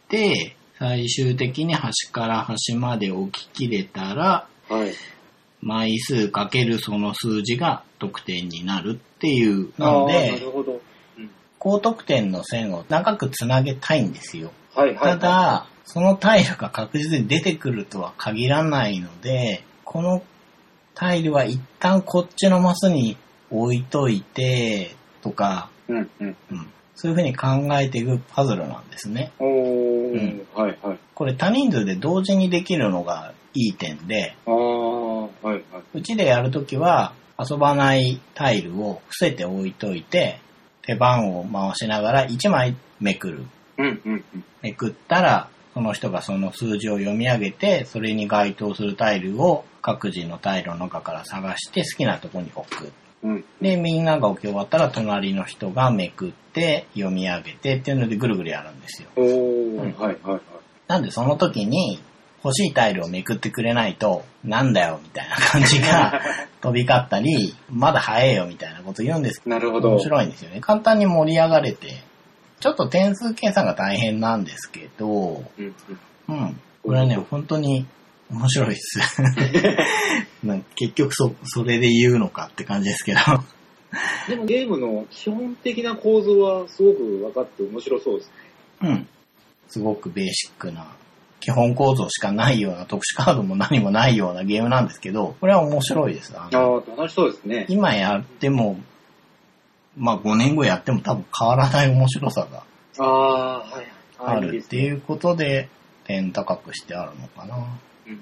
Speaker 1: 最終的に端から端まで置き切れたら、枚数かけるその数字が得点になるっていうので、高得点の線を長くつなげたいんですよ。ただ、そのタイルが確実に出てくるとは限らないので、このタイルは一旦こっちのマスに置いといて、とか、そういう風に考えていくパズルなんですね。これ多人数で同時にできるのがいい点で、うちでやるときは遊ばないタイルを伏せて置いといて、手番を回しながら1枚めくる。めくったら、その人がその数字を読み上げて、それに該当するタイルを各自のタイルの中から探して好きなところに置く。で、みんなが置き終わったら隣の人がめくって読み上げてっていうのでぐるぐるやるんですよ。なんでその時に欲しいタイルをめくってくれないとなんだよみたいな感じが飛び交ったり、まだ早えよみたいなこと言うんですけど、
Speaker 2: なるほど。
Speaker 1: 面白いんですよね。簡単に盛り上がれて、ちょっと点数計算が大変なんですけど、これはね、本当に面白いです。結局それで言うのかって感じですけど。
Speaker 2: でもゲームの基本的な構造はすごく分かって面白そうですね。
Speaker 1: すごくベーシックな、基本構造しかないような、特殊カードも何もないようなゲームなんですけど、これは面白いです。
Speaker 2: 楽しそうですね。
Speaker 1: 今やっても、5年後やっても多分変わらない面白さがあるっていうことで点高くしてあるのかな。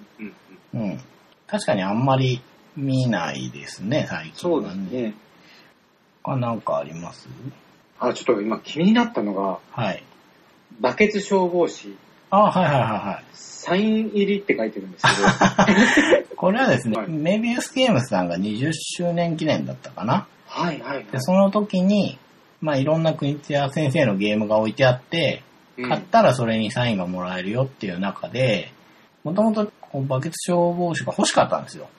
Speaker 1: 確かにあんまり見ないですね、最近はね。そうですね。なんかあります？
Speaker 2: ちょっと今気になったのが、 バケツ消防士。
Speaker 1: はいはいはいはい。
Speaker 2: サイン入りって書いてるんですけ
Speaker 1: ど。これはですね、メビウスゲームズさんが20周年記念だったかな。
Speaker 2: はいはいはい。
Speaker 1: で、その時に、いろんな国津屋先生のゲームが置いてあって、買ったらそれにサインがもらえるよっていう中で、もともとバケツ消防士が欲しかったんですよ。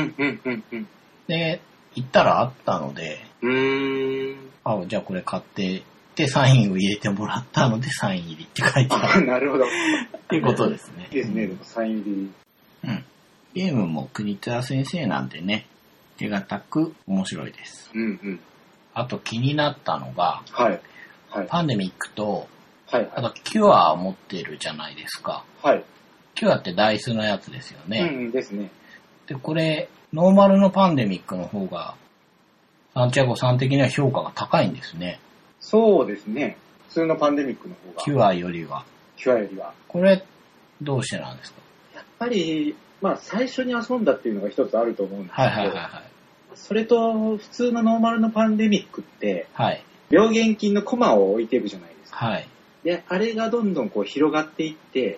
Speaker 1: で、行ったらあったので、じゃあこれ買ってでサインを入れてもらったのでサイン入りって書いてある。
Speaker 2: なるほど。
Speaker 1: っていうことですね。
Speaker 2: いいですね、でもサイン入
Speaker 1: り。ゲームも国津屋先生なんでね、手堅く面白いです。あと気になったのが、パンデミックと、あとキュアを持ってるじゃないですか。キュアってダイスのやつですよね。
Speaker 2: ですね。
Speaker 1: で、これ、ノーマルのパンデミックの方が、サンチアゴさん的には評価が高いんですね。
Speaker 2: そうですね。普通のパンデミックの方が。
Speaker 1: キュアよりは。これ、どうしてなんですか？
Speaker 2: やっぱり、最初に遊んだっていうのが一つあると思うんですけど、それと、普通のノーマルのパンデミックって、病原菌のコマを置いていくじゃないですか。で、あれがどんどん広がっていって、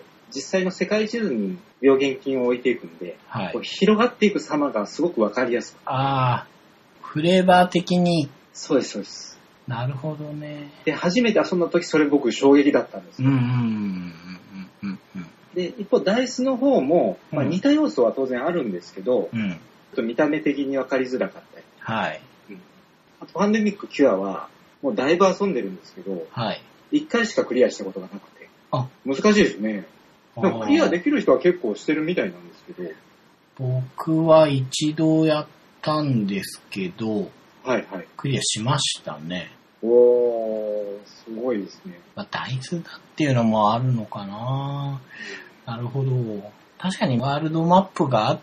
Speaker 2: 実際の世界地図に病原菌を置いていくんで、広がっていく様がすごくわかりやすく。
Speaker 1: フレーバー的に。
Speaker 2: そうです、そうです。
Speaker 1: なるほどね。
Speaker 2: で、初めて遊んだ時それ僕衝撃だったんですよ。で、一方ダイスの方も、似た要素は当然あるんですけど、ちょっと見た目的にわかりづらかったり。あとパンデミックキュアは、もうだいぶ遊んでるんですけど、1回しかクリアしたことがなくて、難しいですね。でもクリアできる人は結構してるみたいなんですけど。
Speaker 1: 僕は一度やったんですけど、クリアしましたね。
Speaker 2: すごいですね。
Speaker 1: ダイスだっていうのもあるのかな。なるほど。確かにワールドマップがあって、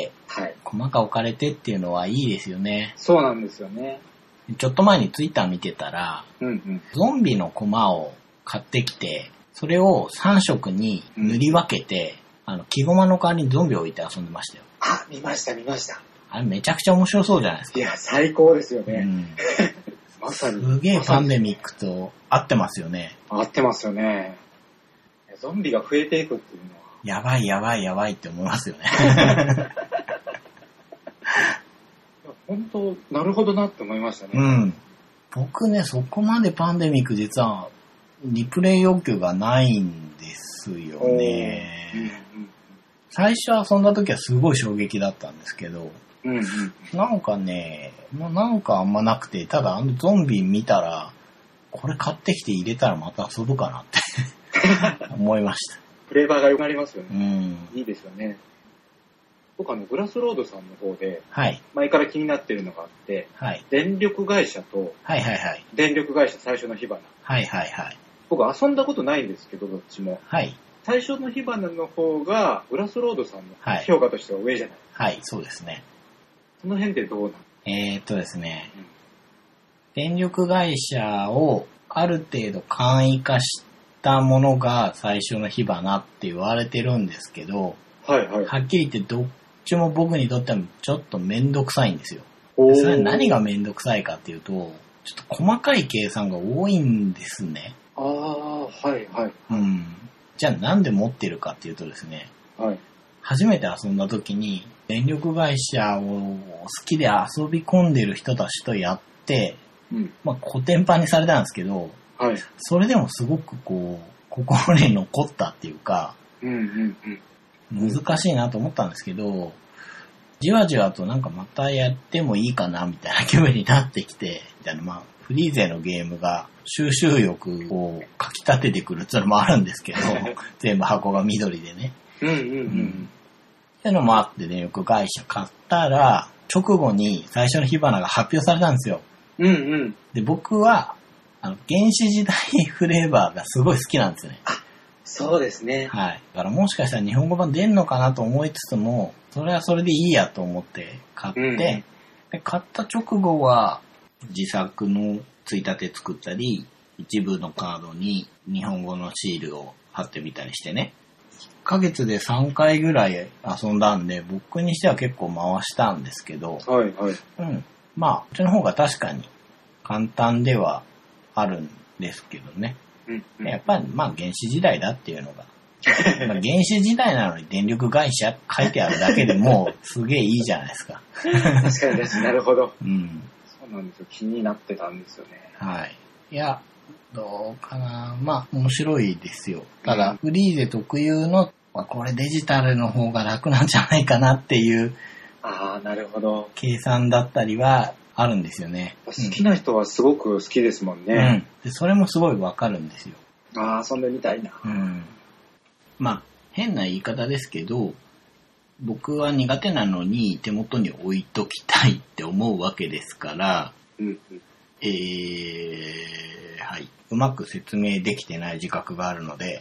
Speaker 1: 駒が置かれてっていうのはいいですよね。
Speaker 2: そうなんですよね。
Speaker 1: ちょっと前にツイッター見てたら、ゾンビの駒を買ってきて、それを3色に塗り分けて、木駒の代わりにゾンビを置いて遊んでましたよ。
Speaker 2: 見ました。
Speaker 1: あれめちゃくちゃ面白そうじゃないですか。
Speaker 2: いや、最高ですよね。まさに。
Speaker 1: すげえパンデミックと合ってますよね。
Speaker 2: 合ってますよね。ゾンビが増えていくっていうのは。
Speaker 1: やばいって思いますよね。
Speaker 2: 本当、なるほどなって思いましたね。
Speaker 1: 僕ね、そこまでパンデミック実はリプレイ要求がないんですよね。最初遊んだ時はすごい衝撃だったんですけど、なんかね、なんかあんまなくて、ただゾンビ見たら、これ買ってきて入れたらまた遊ぶかなって思いました。
Speaker 2: フレーバーが良くなりますよね。いいですよね。僕グラスロードさんの方で、前から気になってるのがあって、電力会社と、電力会社最初の火花。僕遊んだことないんですけど、どっちも。最初の火花の方が、グラスロードさんの評価としては上じゃないですか。
Speaker 1: そうですね。
Speaker 2: その辺でどうなの？
Speaker 1: ですね、電力会社をある程度簡易化したものが最初の火花って言われてるんですけど、はっきり言ってどっちも僕にとってはちょっとめんどくさいんですよ。それ何がめんどくさいかっていうと、ちょっと細かい計算が多いんですね。じゃあなんで持ってるかっていうとですね、初めて遊んだ時に電力会社を好きで遊び込んでる人たちとやって、コテンパンにされたんですけど、それでもすごく心に残ったっていうか、難しいなと思ったんですけど、じわじわとなんかまたやってもいいかなみたいな気分になってきて、フリーゼのゲームが収集欲をかき立ててくるっていうのもあるんですけど、全部箱が緑でね。っていうのもあって電力会社買ったら、直後に最初の火花が発表されたんですよ。で、僕は、原始時代フレーバーがすごい好きなんですね。
Speaker 2: そうですね。
Speaker 1: だからもしかしたら日本語版出んのかなと思いつつも、それはそれでいいやと思って買って、で買った直後は自作のついたて作ったり、一部のカードに日本語のシールを貼ってみたりしてね。1ヶ月で3回ぐらい遊んだんで、僕にしては結構回したんですけど、こっちの方が確かに簡単ではあるんですけどね。 やっぱりまあ原始時代だっていうのが。まあ原始時代なのに電力会社書いてあるだけでもうすげえいいじゃないですか。
Speaker 2: 確かにです。なるほど。そうなんですよ。気になってたんですよね。
Speaker 1: はい。いや、どうかな。まあ面白いですよ。ただ、フリーゼ特有の、これデジタルの方が楽なんじゃないかなっていう。
Speaker 2: ああ、なるほど。
Speaker 1: 計算だったりはあるんですよね。
Speaker 2: 好きな人はすごく好きですもんね。
Speaker 1: でそれもすごいわかるんですよ。
Speaker 2: ああ、遊んでみたいな。
Speaker 1: まあ、変な言い方ですけど、僕は苦手なのに手元に置いときたいって思うわけですから、はい。うまく説明できてない自覚があるので、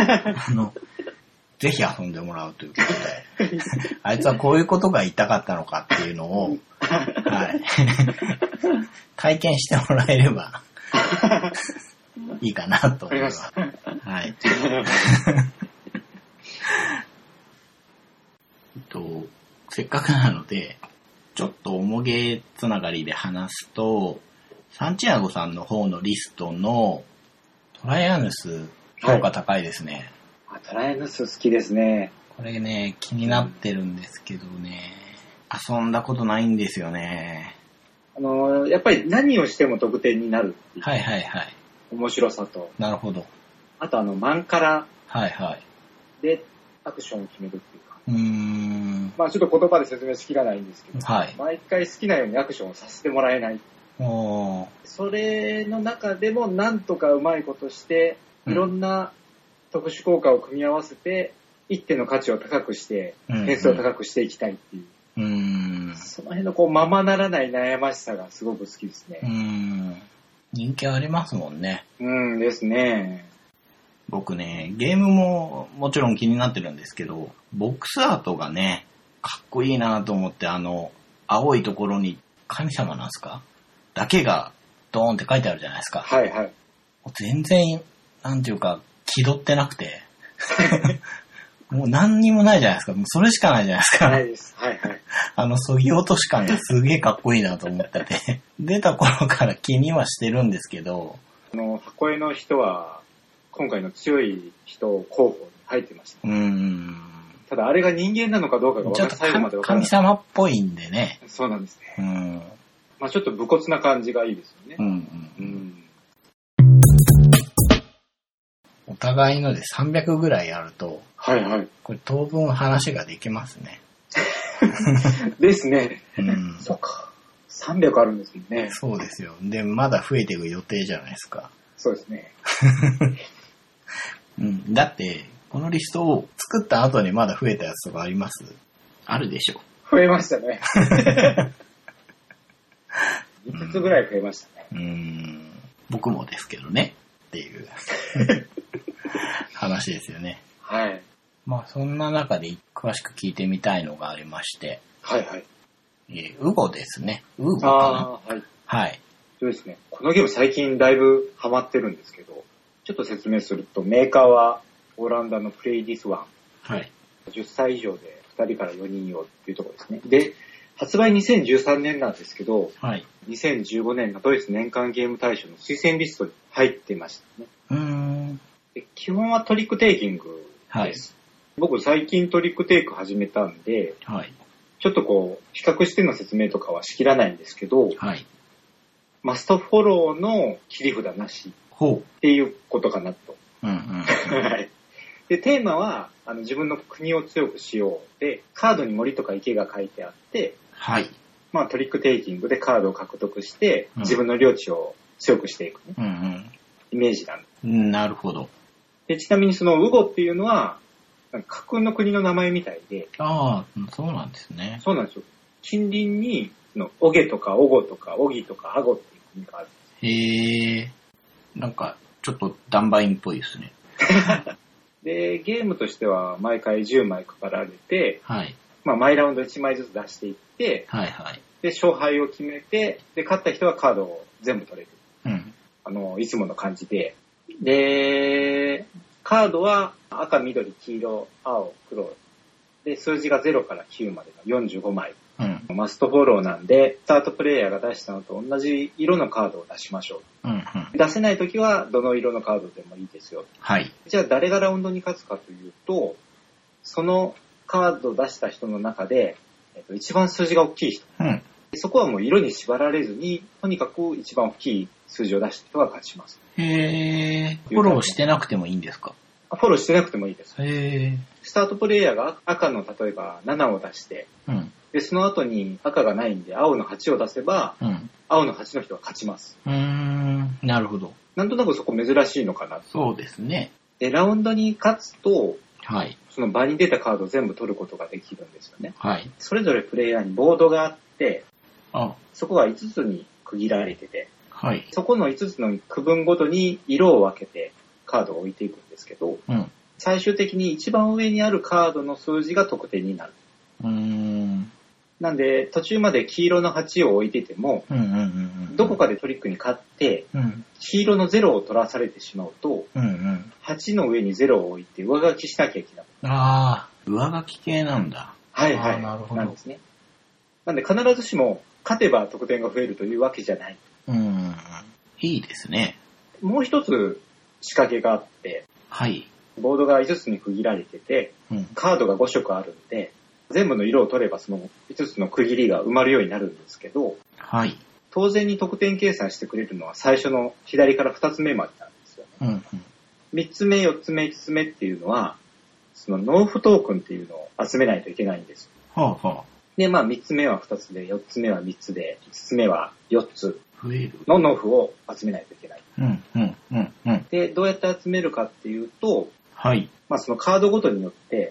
Speaker 1: ぜひ遊んでもらうということで、あいつはこういうことが言いたかったのかっていうのを、はい、体験してもらえればいいかなと思います。はい。せっかくなので、ちょっと重げつながりで話すと、サンチアゴさんの方のリストのトライアヌス評価高いですね。
Speaker 2: トライアヌス好きですね。
Speaker 1: これね、気になってるんですけどね、遊んだことないんですよね。
Speaker 2: やっぱり何をしても得点になるっていう。
Speaker 1: はいはいはい。
Speaker 2: 面白さと。
Speaker 1: なるほど。
Speaker 2: あとマンカラ。
Speaker 1: はいはい。
Speaker 2: で、アクションを決めるっていうか。まあちょっと言葉で説明しきらないんですけど、はい、毎回好きなようにアクションをさせてもらえない。それの中でもなんとかうまいことして、いろんな特殊効果を組み合わせて、一手の価値を高くして、点数を高くしていきたいっていう。その辺のままならない悩ましさがすごく好きですね。
Speaker 1: 人気ありますもんね。
Speaker 2: ですね。
Speaker 1: 僕ね、ゲームももちろん気になってるんですけど、ボックスアートがね、かっこいいなと思って、青いところに神様なんですかだけがドーンって書いてあるじゃないですか。
Speaker 2: はいはい。
Speaker 1: 全然、なんていうか、気取ってなくて。もう何にもないじゃないですか。もうそれしかないじゃないですか。
Speaker 2: ないです。はいはい。
Speaker 1: そぎ落とし感がすげえかっこいいなと思ってて。出た頃から気にはしてるんですけど。
Speaker 2: 箱絵の人は、今回の強い人候補に入ってました。ただあれが人間なのかどうかが
Speaker 1: 最後まで分からない。神様っぽいんでね。
Speaker 2: そうなんですね。まあちょっと武骨な感じがいいですよね。
Speaker 1: お互いので300ぐらいあると、
Speaker 2: はいはい。
Speaker 1: これ当分話ができますね。
Speaker 2: ですね。そうか。300あるんですもんね。
Speaker 1: そうですよ。で、まだ増えていく予定じゃないですか。
Speaker 2: そうですね。
Speaker 1: だって、このリストを作った後にまだ増えたやつとかあります？あるでしょ。
Speaker 2: 増えましたね。5つぐらい増えましたね。
Speaker 1: 僕もですけどね。っていう話ですよね。
Speaker 2: はい。
Speaker 1: まあそんな中で詳しく聞いてみたいのがありまして。
Speaker 2: はいはい。
Speaker 1: ウゴですね。ウゴかな。
Speaker 2: はい。
Speaker 1: はい。
Speaker 2: そうですね。このゲーム最近だいぶハマってるんですけど、ちょっと説明すると、メーカーはオランダのプレイディスワン。
Speaker 1: はい。
Speaker 2: 10歳以上で2人から4人用っていうところですね。で、発売2013年なんですけど、
Speaker 1: はい。
Speaker 2: 2015年のドイツ年間ゲーム大賞の推薦リストに入ってましたね。で基本はトリックテイキングです。はい、僕最近トリックテイク始めたんで、
Speaker 1: はい。
Speaker 2: ちょっと比較しての説明とかはしきらないんですけど、
Speaker 1: はい。
Speaker 2: マストフォローの切り札なしっていうことかなと。はい。で、テーマは、自分の国を強くしようで、カードに森とか池が書いてあって、
Speaker 1: はい。
Speaker 2: まあトリックテイキングでカードを獲得して、自分の領地を強くしていくね。イメージなんです。
Speaker 1: なるほど。
Speaker 2: で、ちなみにそのウゴっていうのは、架空の国の名前みたいで。
Speaker 1: ああ、そうなんですね。
Speaker 2: そうなんですよ。森林に、オゲとかオゴとかオギとかアゴっていう国があるんです。
Speaker 1: へえ。なんか、ちょっとダンバインっぽいですね。
Speaker 2: で、ゲームとしては毎回10枚配られて、
Speaker 1: はい。
Speaker 2: まあ毎ラウンド1枚ずつ出していって、
Speaker 1: はいはい。
Speaker 2: で、勝敗を決めて、で、勝った人はカードを全部取れる。いつもの感じで。で、カードは赤、緑、黄色、青、黒。で、数字が0から9までが45枚。 マストフォローなんで、スタートプレイヤーが出したのと同じ色のカードを出しましょう。出せないときは、どの色のカードでもいいですよ。じゃあ、誰がラウンドに勝つかというと、そのカードを出した人の中で、一番数字が大きい人。そこはもう色に縛られずに、とにかく一番大きい数字を出した人が勝ちます。
Speaker 1: フォローしてなくてもいいんですか？
Speaker 2: フォローしてなくてもいいです。スタートプレイヤーが赤の例えば7を出して、でその後に赤がないんで青の8を出せば、青の8の人が勝ちます。
Speaker 1: なるほど。
Speaker 2: なんとなくそこ珍しいのかな。
Speaker 1: そうですね。
Speaker 2: で、ラウンドに勝つと、その場に出たカードを全部取ることができるんですよね。それぞれプレイヤーにボードがあって、そこが5つに区切られてて、そこの5つの区分ごとに色を分けてカードを置いていくんですけど、最終的に一番上にあるカードの数字が得点になる。なんで途中まで黄色の8を置いてても、どこかでトリックに勝って、黄色の0を取らされてしまうと、8の上に0を置いて上書きしなきゃいけない。
Speaker 1: 上書き系なんだ。
Speaker 2: なるほど。なんですね。なんで必ずしも勝てば得点が増えるというわけじゃない。
Speaker 1: いいですね。
Speaker 2: もう一つ仕掛けがあって、ボードが5つに区切られてて、カードが5色あるんで、全部の色を取ればその5つの区切りが埋まるようになるんですけど、当然に得点計算してくれるのは最初の左から2つ目までなんですよね。3つ目、4つ目、5つ目っていうのは、その納付トークンっていうのを集めないといけないんです。で、3つ目は2つで、4つ目は3つで、5つ目は4つの納付を集めないといけない。で、どうやって集めるかっていうと、そのカードごとによって、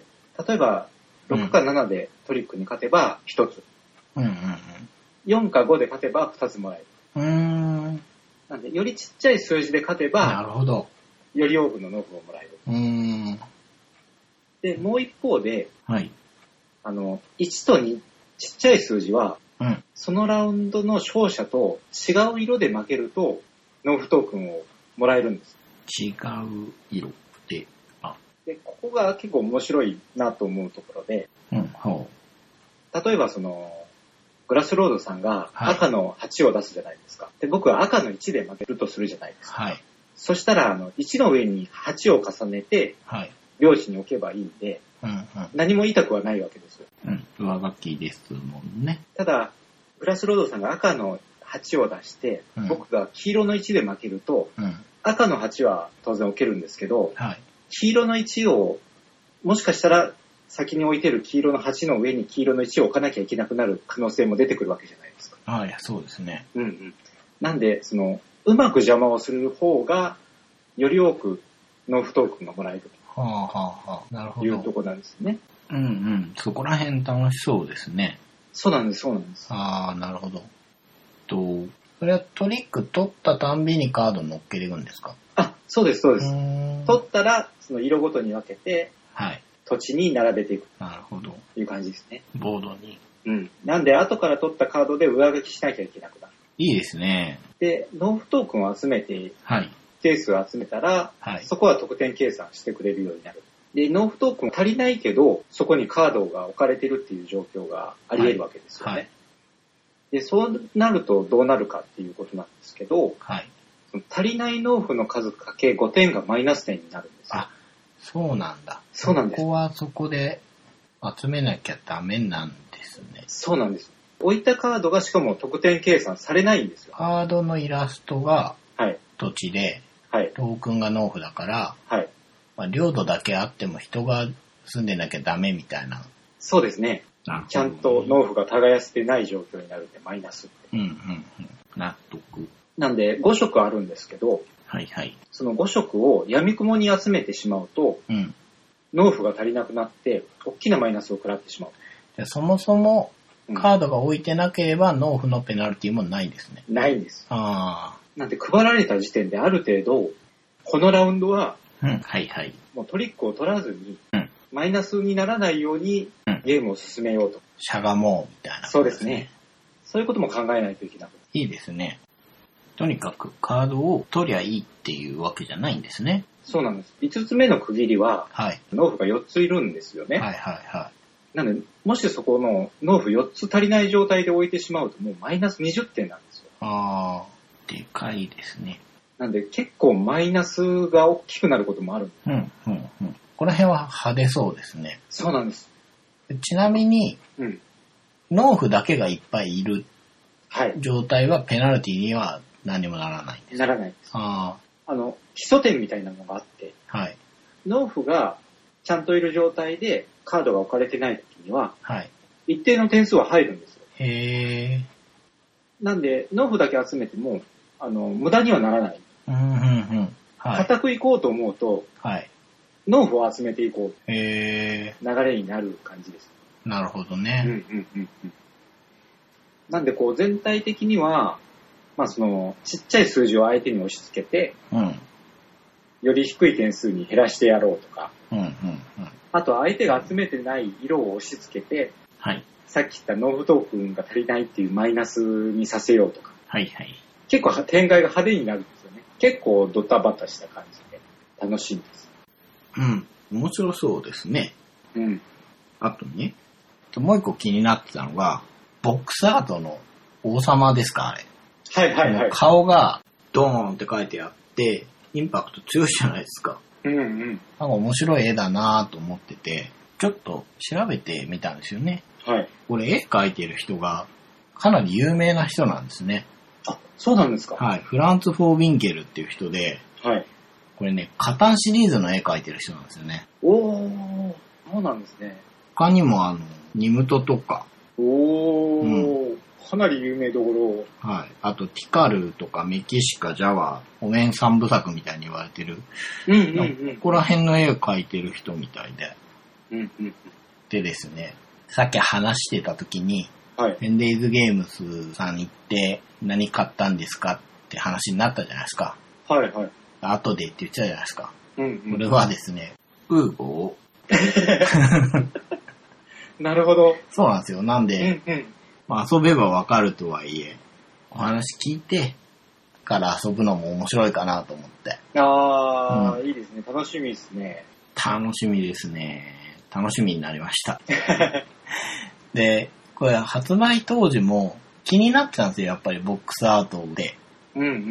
Speaker 2: 例えば6か7でトリックに勝てば1つ。4か5で勝てば2つもらえる。なんで、よりちっちゃい数字で勝てば、より多くの納付をもらえる。で、もう一方で、1と2、ちっちゃい数字は、そのラウンドの勝者と違う色で負けると、納付トークンをもらえるんです。
Speaker 1: 違う色で、
Speaker 2: で、ここが結構面白いなと思うところで、例えばその、グラスロードさんが赤の8を出すじゃないですか。で、僕は赤の1で負けるとするじゃないですか。そしたら、1の上に8を重ねて、両親に置けばいいんで、何も言いたくはないわけです。
Speaker 1: 上書きですもんね。
Speaker 2: ただ、グラスロードさんが赤の8を出して、僕が黄色の1で負けると、赤の8は当然置けるんですけど、黄色の1を、もしかしたら先に置いてる黄色の8の上に黄色の1を置かなきゃいけなくなる可能性も出てくるわけじゃないですか。
Speaker 1: そうですね。
Speaker 2: なんで、うまく邪魔をする方が、より多く納付トークンがもらえるというところなんですね。
Speaker 1: そこら辺楽しそうですね。
Speaker 2: そうなんです。
Speaker 1: なるほど。それはトリック取ったたんびにカード乗っけていくんですか？
Speaker 2: そうです。取ったら、その色ごとに分けて、土地に並べていく。という感じですね。
Speaker 1: ボードに。
Speaker 2: なんで、後から取ったカードで上書きしなきゃいけなくなる。
Speaker 1: いいですね。
Speaker 2: で、納付トークンを集めて、定数を集めたら、そこは得点計算してくれるようになる。で、納付トークン足りないけど、そこにカードが置かれてるっていう状況があり得るわけですよね。で、そうなるとどうなるかっていうことなんですけど、その足りない納付の数かけ5点がマイナス点になるんですよ。
Speaker 1: そうなんだ。
Speaker 2: そうなんです。
Speaker 1: ここはそこで集めなきゃダメなんですね。
Speaker 2: そうなんです。置いたカードがしかも得点計算されないんですよ。
Speaker 1: カードのイラストが土地で、トークンが納付だから、領土だけあっても人が住んでなきゃダメみたいな。
Speaker 2: そうですね。ちゃんと納付が耕せてない状況になるんで、マイナスって。
Speaker 1: 納得。
Speaker 2: なんで、5色あるんですけど、その5色を闇雲に集めてしまうと、納付が足りなくなって、大きなマイナスを食らってしまう。
Speaker 1: じゃあそもそも、カードが置いてなければ納付のペナルティもないんですね。
Speaker 2: ないんです。なんで配られた時点である程度、このラウンドは、もうトリックを取らずに、マイナスにならないようにゲームを進めようと。
Speaker 1: しゃがもうみたいな、
Speaker 2: そうですね。そういうことも考えないといけなくて。
Speaker 1: いいですね。とにかくカードを取りゃいいっていうわけじゃないんですね。
Speaker 2: そうなんです。5つ目の区切りは、納付が4ついるんですよね。 なんで、もしそこの農夫4つ足りない状態で置いてしまうと、もうマイナス20点なんですよ。
Speaker 1: ああ、でかいですね。
Speaker 2: なんで、結構マイナスが大きくなることもあるんです。
Speaker 1: うんうんうん。この辺は派手そうですね。
Speaker 2: そうなんです。
Speaker 1: ちなみに、農夫だけがいっぱいいる状態はペナルティには何もならないんですか？
Speaker 2: ならないです。基礎点みたいなのがあって、はい、農夫がちゃんといる状態でカードが置かれてないときには、はい、一定の点数は入るんですよ。へー。なんで、農夫だけ集めても、無駄にはならない。うんうんうんはい、固くいこうと思うと、はい、農夫を集めていこう。流れになる感じです。
Speaker 1: なるほどね。うんうん
Speaker 2: うんうん、なんで、こう、全体的には、まあ、その、ちっちゃい数字を相手に押し付けて、うん、より低い点数に減らしてやろうとか、うんうんうん、あと、相手が集めてない色を押し付けて、はい、さっき言った農夫トークンが足りないっていうマイナスにさせようとか、はいはい、結構展開が派手になるんですよね。結構ドタバタした感じで楽しいんです。
Speaker 1: うん、面白そうですね。うん。あとね、もう一個気になってたのが、ボックスアートの王様ですか、あれ。はいはいはい。顔がドーンって書いてあって、インパクト強いじゃないですか。うんうん。なんか面白い絵だなぁと思ってて、ちょっと調べてみたんですよね。はい。これ絵描いてる人がかなり有名な人なんですね。
Speaker 2: あ、そうなんですか？
Speaker 1: はい。フランツ・フォー・ビンケルっていう人で、はい。これね、カタンシリーズの絵描いてる人なんですよね。
Speaker 2: おー、そうなんですね。
Speaker 1: 他にもニムトとか。
Speaker 2: おー、うん、かなり有名どこ
Speaker 1: ろ。はい。あと、ティカルとかメキシカ、ジャワ、お面三部作みたいに言われてる。うんうんうん。ここら辺の絵を描いてる人みたいで。うんうん。でですね、さっき話してた時に、はい。10 days ゲームスさんに行って何買ったんですかって話になったじゃないですか。はいはい。後でって言っちゃうじゃないですか。うんうん。これはですね、ウーゴを。
Speaker 2: なるほど。
Speaker 1: そうなんですよ。なんで、うんうん、まあ、遊べばわかるとはいえ、お話聞いてから遊ぶのも面白いかなと思って。
Speaker 2: ああ、うん、いいですね。楽しみですね。
Speaker 1: 楽しみですね。楽しみになりました。で、これ発売当時も気になってたんですよ。やっぱりボックスアートで。うんうんうん。うん、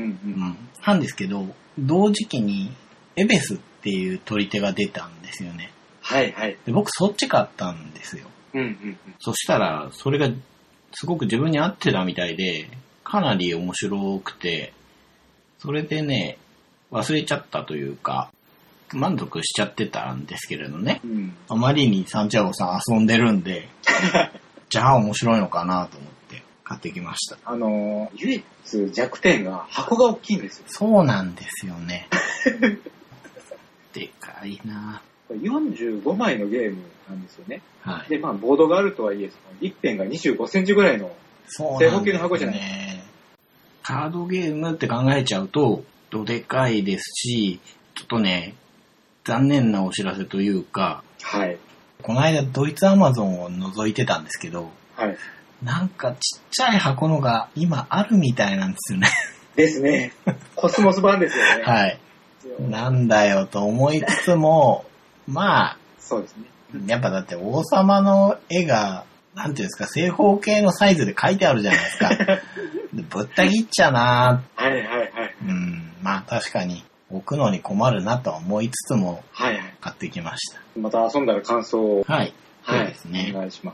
Speaker 1: なんですけど、同時期にエベスっていう取り手が出たんですよね。はいはい。で僕そっち買ったんですよ。うんうんうん。そしたらそれがすごく自分に合ってたみたいで、かなり面白くて、それでね、忘れちゃったというか、満足しちゃってたんですけれどね。うん、あまりにサンチャゴさん遊んでるんで、じゃあ面白いのかなと思って買ってきました。
Speaker 2: 唯一弱点が箱が大きいんですよ。
Speaker 1: そうなんですよね。でかいな
Speaker 2: 45枚のゲームなんですよね。はい。で、まあ、ボードがあるとはいえ、1辺が25センチぐらいの正方形の箱じゃないですか。ね。
Speaker 1: カードゲームって考えちゃうと、どでかいですし、ちょっとね、残念なお知らせというか、はい。この間、ドイツアマゾンを覗いてたんですけど、はい。なんかちっちゃい箱のが今あるみたいなんですよね。
Speaker 2: ですね。コスモス版ですよね。
Speaker 1: はい。なんだよと思いつつも、まあ、
Speaker 2: そうですね。
Speaker 1: やっぱだって王様の絵が、なんていうんですか、正方形のサイズで描いてあるじゃないですか。ぶった切っちゃなー。はいはいはい。うん、まあ確かに置くのに困るなとは思いつつも、はいはい。買ってきました。
Speaker 2: また遊んだら感想を。
Speaker 1: はい。そうですね。
Speaker 2: お願いします。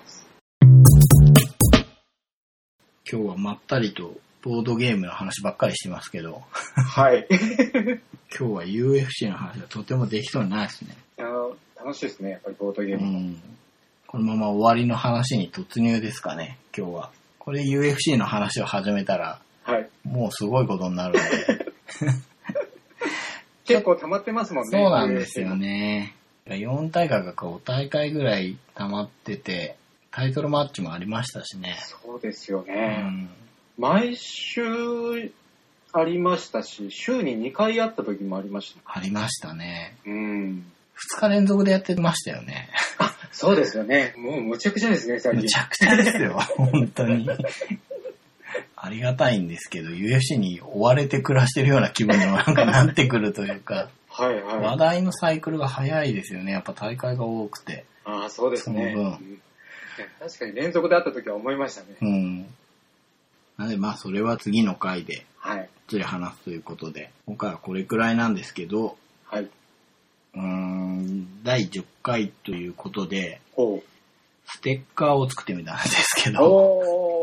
Speaker 1: 今日はまったりとボードゲームの話ばっかりしてますけど。
Speaker 2: はい。
Speaker 1: 今日は UFC の話がとてもできそうにないですね。
Speaker 2: 楽しいですね、やっぱりボードゲーム。うん。
Speaker 1: このまま終わりの話に突入ですかね、今日は。これ UFC の話を始めたら、はい。もうすごいことになるんで。
Speaker 2: 結構溜まってますもんね。
Speaker 1: そうなんですよね。4大会が5大会ぐらい溜まってて、タイトルマッチもありましたしね。
Speaker 2: そうですよね。うん、毎週ありましたし、週に2回あった時もありました。
Speaker 1: ありましたね。うん。2日連続でやってましたよね。
Speaker 2: あ、そうですよね。もうむちゃくちゃですね、最近。
Speaker 1: むちゃくちゃですよ、本当に。ありがたいんですけど、UFC に追われて暮らしてるような気分にもなんかなってくるというか、はいはい。話題のサイクルが早いですよね。やっぱ大会が多くて。
Speaker 2: ああ、そうですね。その分、 確かに連続で会った時は思いましたね。
Speaker 1: うん。なのでまあそれは次の回で、はい。つり話すということで、今回はこれくらいなんですけど、はい。第10回ということで、ステッカーを作ってみたんですけど、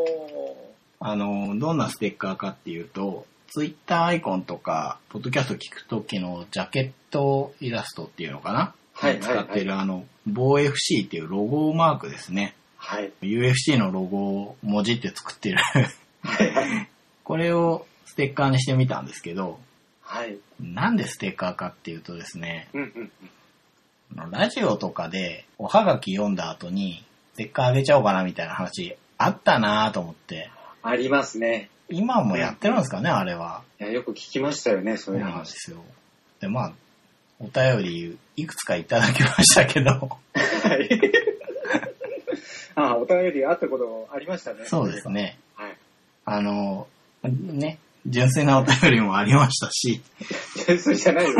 Speaker 1: どんなステッカーかっていうと、ツイッターアイコンとか、ポッドキャスト聞くときのジャケットイラストっていうのかな、はい、使ってる防 FC っていうロゴマークですね。はい。UFC のロゴをもじって作ってるこれをステッカーにしてみたんですけど、はい。なんでステッカーかっていうとですね、ラジオとかでおはがき読んだ後にステッカーあげちゃおうかなみたいな話あったなと思って。
Speaker 2: ありますね。
Speaker 1: 今もやってるんですかね、あれは。
Speaker 2: いや、よく聞きましたよね、そういう話。そうなんですよ。
Speaker 1: で、まあ、お便りいくつかいただきましたけど。はい。
Speaker 2: お便りあったことありましたね。
Speaker 1: そうですね。はい。ね、純粋なお便りもありましたし。
Speaker 2: 純粋じゃないよ。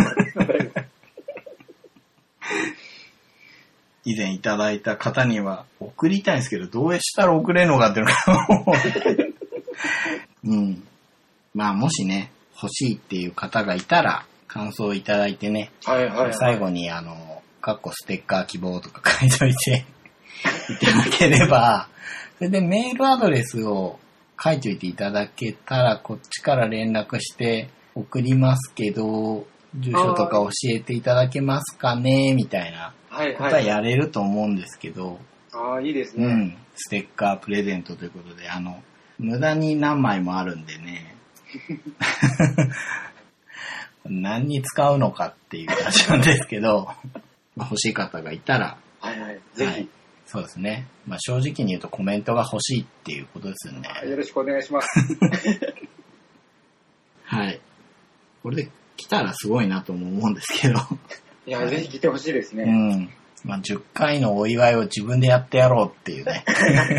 Speaker 1: 以前いただいた方には送りたいんですけど、どうしたら送れるのかっていうのがうん。まあもしね、欲しいっていう方がいたら、感想をいただいてね、はいはいはい、最後にステッカー希望とか書いといていただければ、それでメールアドレスを書いといていただけたら、こっちから連絡して送りますけど、住所とか教えていただけますかねみたいなことはやれると思うんですけど、
Speaker 2: ああ、いいですね。
Speaker 1: うん。ステッカープレゼントということで、無駄に何枚もあるんでね。何に使うのかっていう感じなんですけど、欲しい方がいたら、
Speaker 2: はいはい、ぜひ、はい。
Speaker 1: そうですね。まあ正直に言うとコメントが欲しいっていうことですよね。
Speaker 2: よろしくお願いします。
Speaker 1: はい。これで来たらすごいなとも思うんですけど。
Speaker 2: いや、ぜひ来てほしいですね。
Speaker 1: うん。まあ10回のお祝いを自分でやってやろうっていうね。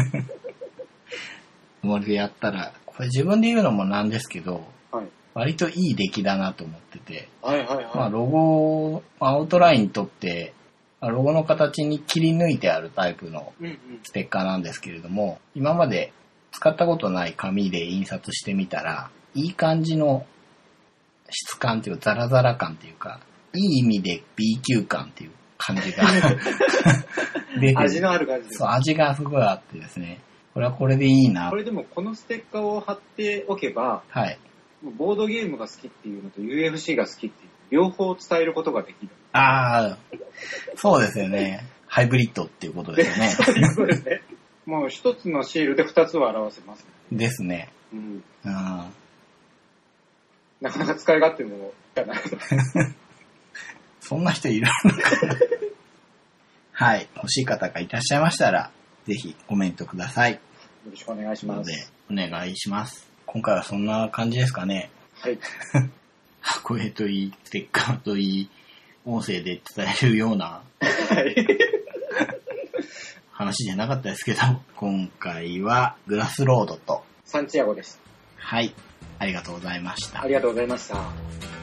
Speaker 1: つもりでやったら、これ自分で言うのもなんですけど、はい、割といい出来だなと思ってて、はいはいはい、まあロゴ、アウトラインとって、ロゴの形に切り抜いてあるタイプのステッカーなんですけれども、今まで使ったことない紙で印刷してみたら、いい感じの質感っていうか、ザラザラ感っていうか、いい意味で B 級感っていう感じが出て
Speaker 2: 味のある感じです。
Speaker 1: そう、味がすごいあってですね。これはこれでいいな。
Speaker 2: これでもこのステッカーを貼っておけば、はい。ボードゲームが好きっていうのと UFC が好きっていう両方伝えることができる。
Speaker 1: ああ、そうですよね。ハイブリッドっていうことですよね。
Speaker 2: そうですね。もう一つのシールで二つを表せます、
Speaker 1: ね。ですね。うん。
Speaker 2: なかなか使い勝手もかな。
Speaker 1: そんな人いるのかな。はい。欲しい方がいらっしゃいましたら、ぜひコメントください。
Speaker 2: よろしくお願いします。
Speaker 1: お願いします。今回はそんな感じですかね。はい。箱絵といい、ステッカーといい、音声で伝えるような、はい、話じゃなかったですけど、今回はグラスロードと
Speaker 2: サンチアゴです。
Speaker 1: はい。ありがとうございました。
Speaker 2: ありがとうございました。